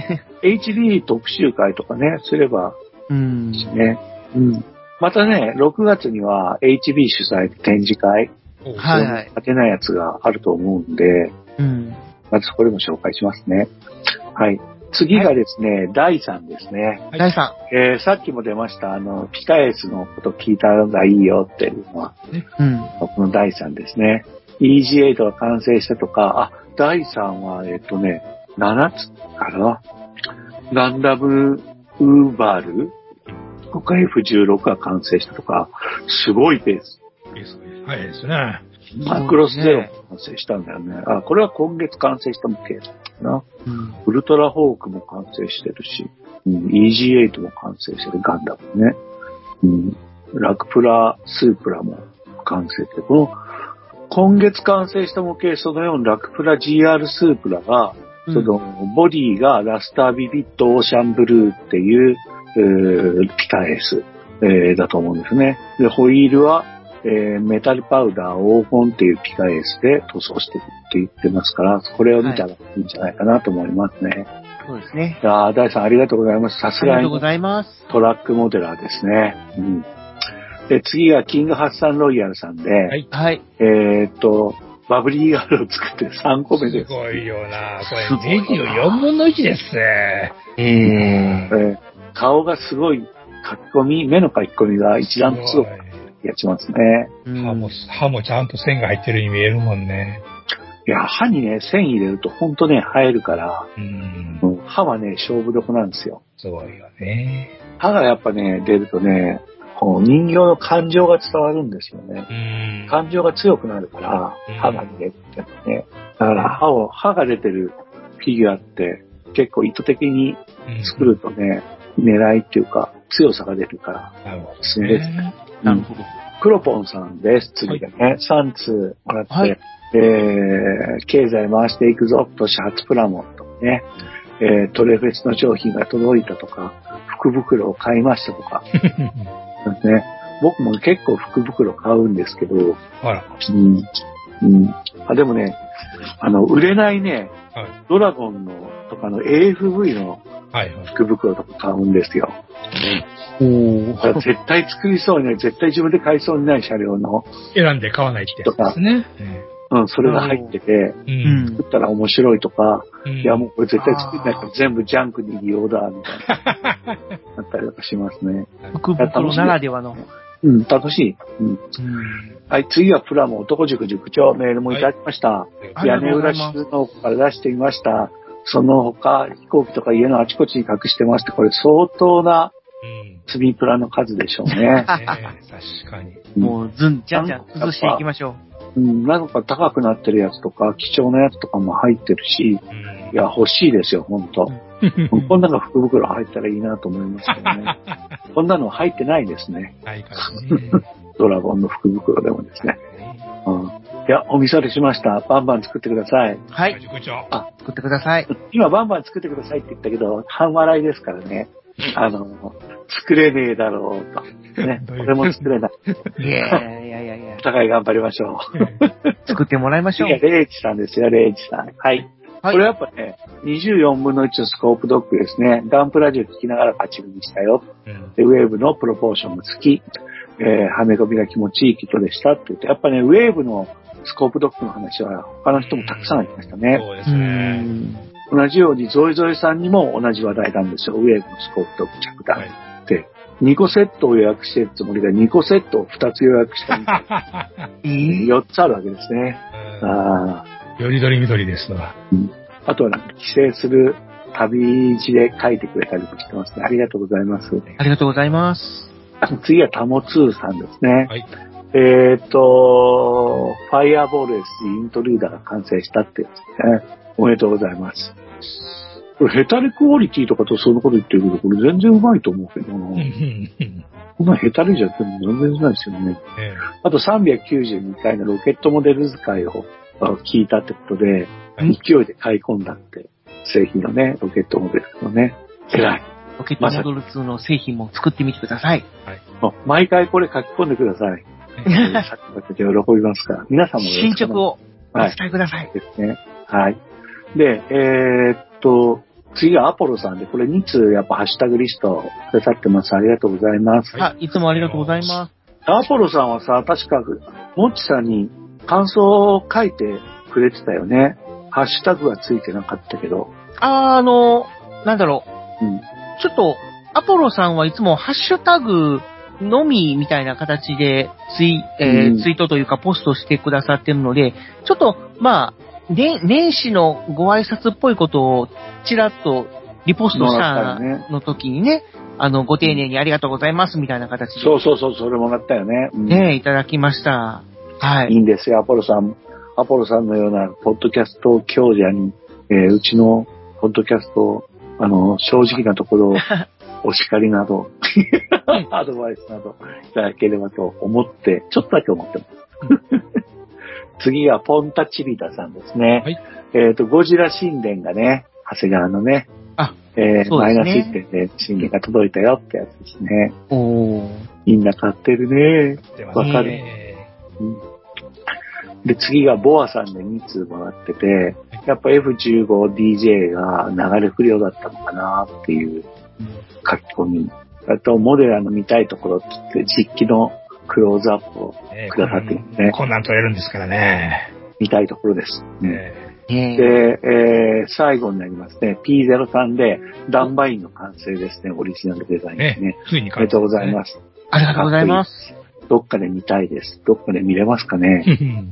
HB 特集会とかね、すればいいしね。またね、6月には HB 主催で展示会。当てないやつがあると思うんで、まずこれも紹介しますね。はい。次がですね、第3ですね。 第3。 さっきも出ました、ピカエスのこと聞いた方がいいよっていうのは、この第3ですね。EG8 が完成したとか、第3は、7つかな。ガンダムウーバールとか F16 が完成したとか、すごいペース。 はいですね。 マクロスゼロ完成したんだよね。これは今月完成した模型だったな。ウルトラホークも完成してるし、EG8 も完成してるガンダムね。ラクプラ、スープラも完成してる。今月完成した模型、その4ラクプラ GR スープラが、そのボディがラスタービビットオーシャンブルーっていう、ピカエース、だと思うんですね。で、ホイールは、メタルパウダー黄金っていうピカエースで塗装してるって言ってますから、これを見たらいいんじゃないかなと思いますね。 そうですね。 大さんありがとうございます。さすがにありがとうございます。 トラックモデラーですね。で、次がキングハッサンロイヤルさんで、 はい。 バブリーガールを作って3個目です。 すごいよなこれ24分の1ですね。 顔がすごい書き込み、目の書き込みが一段と強く気がしますね。 歯もちゃんと線が入ってるように見えるもんね。 いや、歯にね、線入れるとほんとね、生えるから、歯はね、勝負どこなんですよ。 すごいよね。 歯がやっぱね、出るとね、こう人形の感情が伝わるんですよね。感情が強くなるから、歯が出るってね。だから歯が出てるフィギュアって結構意図的に作るとね、狙いっていうか強さが出るから、おすすめですね。 なるほど。 クロポンさんです。次がね、3通もらって、経済回していくぞ、年初プラモとね、トレフェスの商品が届いたとか、福袋を買いましたとか、ね、僕も結構福袋買うんですけど、でもね、売れないね、ドラゴンのとかの AFV の福袋とか買うんですよ。絶対作りそうにない、絶対自分で買いそうにない車両の。 選んで買わないってやつですね。 それが入ってて、作ったら面白いとか、いやもうこれ絶対作んないから全部ジャンクに利用だ、みたいな。なったりとかしますね。 福袋ならではの。 楽しい。はい、次はプラモ男塾塾長メールもいただきました。屋根裏収納庫から出してみました。その他、飛行機とか家のあちこちに隠してまして、これ相当な積みプラの数でしょうね。 確かに。 もうじゃんじゃん崩していきましょう。なんか高くなってるやつとか、貴重なやつとかも入ってるし、いや、欲しいですよ、ほんと。こんなの福袋入ったらいいなと思いますけどね。こんなの入ってないですね。ドラゴンの福袋でもですね。いや、お見それしました。バンバン作ってください。 はい。作ってください。 今バンバン作ってくださいって言ったけど、半笑いですからね。作れねえだろうと。ね。俺も作れない。 いや。 お互い頑張りましょう。作ってもらいましょう。 いや、レイジさんですよ、レイジさん。はい。これやっぱね、24分の1のスコープドッグですね。ガンプラジオ聞きながらパチングにしたよ。で、ウェーブのプロポーションも好き。はめ込みが気持ちいいキットでしたって言って、やっぱね、ウェーブのスコープドッグの話は他の人もたくさんありましたね。 そうですね。 同じようにゾイゾイさんにも同じ話題なんですよ。ウェーブのスコープドッグ着弾って。2個セットを予約しているつもりが2個セットを2つ予約したみたいな。4つあるわけですね。 よりどりみどりですわ。 あとは帰省する旅路で書いてくれたりもしてますね。ありがとうございます。 ありがとうございます。 次はタモツーさんですね。 はい。 ファイアボール SD イントリーダーが完成したってやつですね。おめでとうございます。これヘタレクオリティとかとそのこと言ってるけど、これ全然うまいと思うけどな。こんなヘタレじゃ全然うまいですよね。あと392回のロケットモデル使いを聞いたってことで、勢いで買い込んだって製品のね、ロケットモデルのね。偉い。 ロケットモデル2の製品も作ってみてください。 毎回これ書き込んでください。さっき喜びますから。皆さんも進捗をお伝えください。 ですね。はい。で、次はアポロさんで、これ2通やっぱハッシュタグリストくださってます。ありがとうございます。 いつもありがとうございます。 アポロさんはさ、確か、もっちさんに感想を書いてくれてたよね。ハッシュタグはついてなかったけど。 なんだろう。ちょっと、アポロさんはいつもハッシュタグのみみたいな形でツイートというかポストしてくださってるので、ちょっと、年始のご挨拶っぽいことをちらっとリポストしたの時にね、ご丁寧にありがとうございますみたいな形で。 そう、それもらったよね。いただきました。はい。 いいんですよ、アポロさんのようなポッドキャスト強者に、うちのポッドキャスト、正直なところ、お叱りなど、アドバイスなどいただければと思って、ちょっとだけ思ってます。次はポンタチビタさんですね。はい、ゴジラ神殿がね、長谷川のね、マイナス 1.0 神殿が届いたよってやつですね。みんな買ってるね。わかる。で、次がボアさんで2通もらってて、やっぱ F15DJ が流れ不良だったのかなっていう書き込み。あと、モデラの見たいところって言って、実機のクローズアップをくださってるんですね。 こんなん撮れるんですからね。 見たいところです。 で、最後になりますね。P03 で、ダンバインの完成ですね。オリジナルデザインですね。 ついにありがとうございます。 ありがとうございます。 どっかで見たいです。どっかで見れますかね。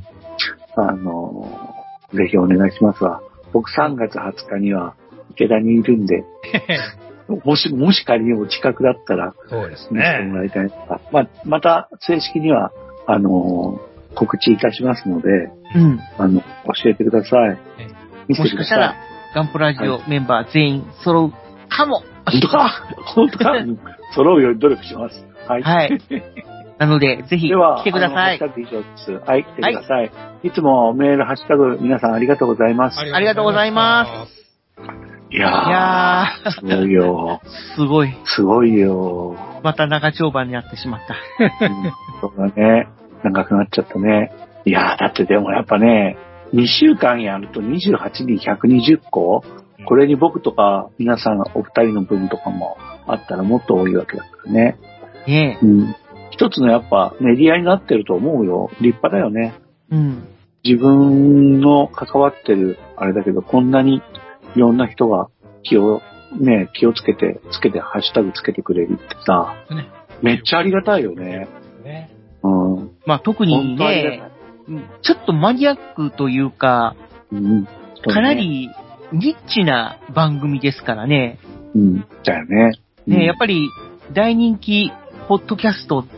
ぜひお願いしますわ。僕3月20日には池田にいるんで、もし仮にお近くだったら、 そうです見せてもらいたいとか。また正式には、告知いたしますので、教えてください。 もしかしたら、ガンプラジオメンバー全員揃うかも。 本当か揃うように努力します。はい。 なので、ぜひ来てください。 ハッシュタグ以上です。はい、来てください。いつもメール、ハッシュタグ、皆さんありがとうございます。 ありがとうございます。 いやー、すごいよ。すごいよ。 また長丁場になってしまった。 そうだね。長くなっちゃったね。いやー、だってでもやっぱね、2週間やると28人120個、これに僕とか皆さんお二人の分とかもあったらもっと多いわけだからね。一つのやっぱメディアになってると思うよ。立派だよね。自分の関わってるあれだけど、こんなにいろんな人が気をつけてハッシュタグつけてくれるってさ、めっちゃありがたいよね。 特にね、ちょっとマニアックというか、かなりニッチな番組ですからね。 だよね。 やっぱり大人気ポッドキャストって、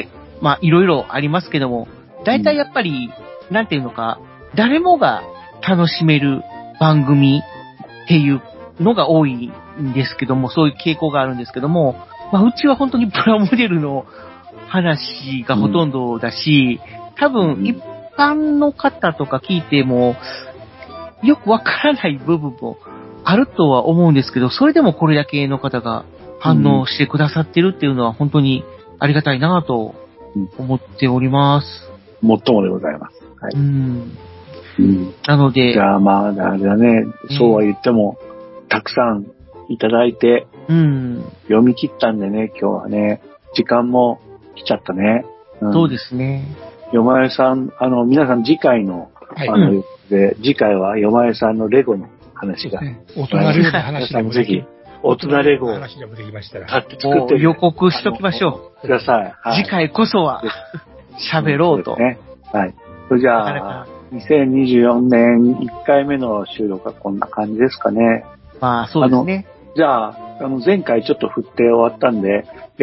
いろいろありますけども、大体やっぱり、なんていうのか、誰もが楽しめる番組っていうのが多いんですけども、そういう傾向があるんですけども、うちは本当にプラモデルの話がほとんどだし、多分一般の方とか聞いても、よくわからない部分もあるとは思うんですけど、それでもこれだけの方が反応してくださってるっていうのは本当にありがたいなと思っております。 もっともでございます。はい。 なので。 じゃああれだね、そうは言っても、たくさんいただいて、読み切ったんでね、今日はね、時間も来ちゃったね。 そうですね。 よまえさん、皆さん次回の、次回はよまえさんのレゴの話が。 大人レゴの話でもぜひ、大人レゴを話でもできましたら。 作って予告しときましょう。ください。次回こそは、喋ろうと。 はい。それじゃあ、2024年1回目の収録はこんな感じですかね。 そうですね。 じゃあ、前回ちょっと振って終わったんで、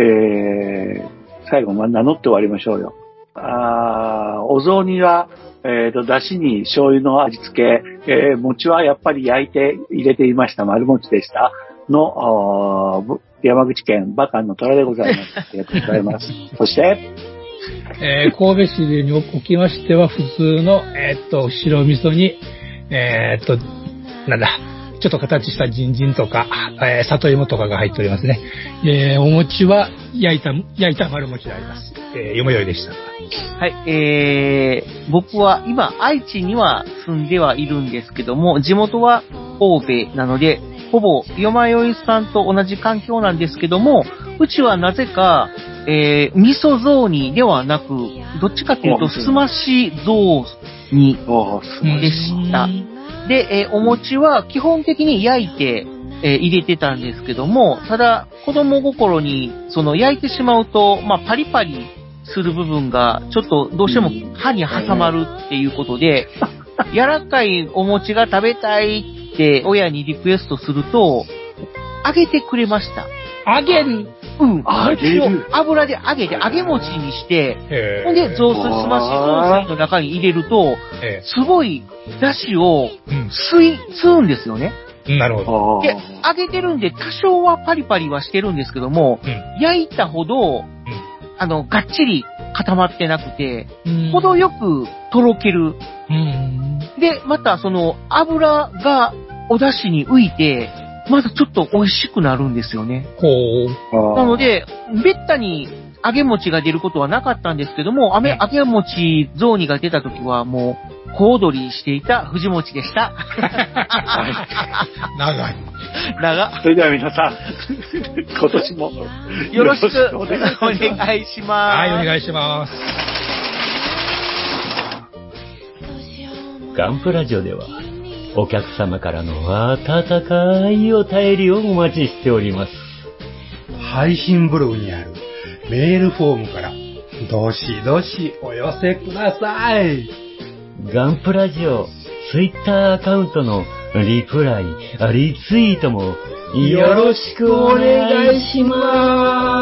最後名乗って終わりましょうよ。お雑煮は、だしに醤油の味付け、餅はやっぱり焼いて入れていました。丸餅でした。山口県馬鹿の虎でございます。ありがとうございます。そして、 神戸市におきましては普通の、白味噌に、ちょっと形した人参とか、里芋とかが入っておりますね。お餅は焼いた丸餅であります。よもよいでした。 はい、僕は今愛知には住んではいるんですけども、地元は神戸なので、ほぼよまよいさんと同じ環境なんですけども、うちはなぜか、味噌雑煮ではなく、どっちかというとすまし雑煮でした。で、お餅は基本的に焼いて、入れてたんですけども、ただ子供心に焼いてしまうと、パリパリする部分がちょっとどうしても歯に挟まるっていうことで、柔らかいお餅が食べたいって親にリクエストすると、揚げてくれました。 揚げる？ 餅を油で揚げて揚げ餅にして、ほんで雑炊すまし雑炊の中に入れると、すごい出汁を吸うんですよね。 なるほど。 で、揚げてるんで多少はパリパリはしてるんですけども、焼いたほど、がっちり固まってなくて、程よくとろける。で、また油がお出汁に浮いて、まだちょっと美味しくなるんですよね。なので、めったに揚げ餅が出ることはなかったんですけども、揚げ餅雑煮が出た時はもう、小躍りしていた藤餅でした。 長い。 それでは皆さん、今年もよろしくお願いします。 はい、お願いします。 ガンプラジオではお客様からの温かいお便りをお待ちしております。 配信ブログにあるメールフォームからどしどしお寄せください。 ガンプラジオツイッターアカウントのリプライ、リツイートもよろしくお願いします。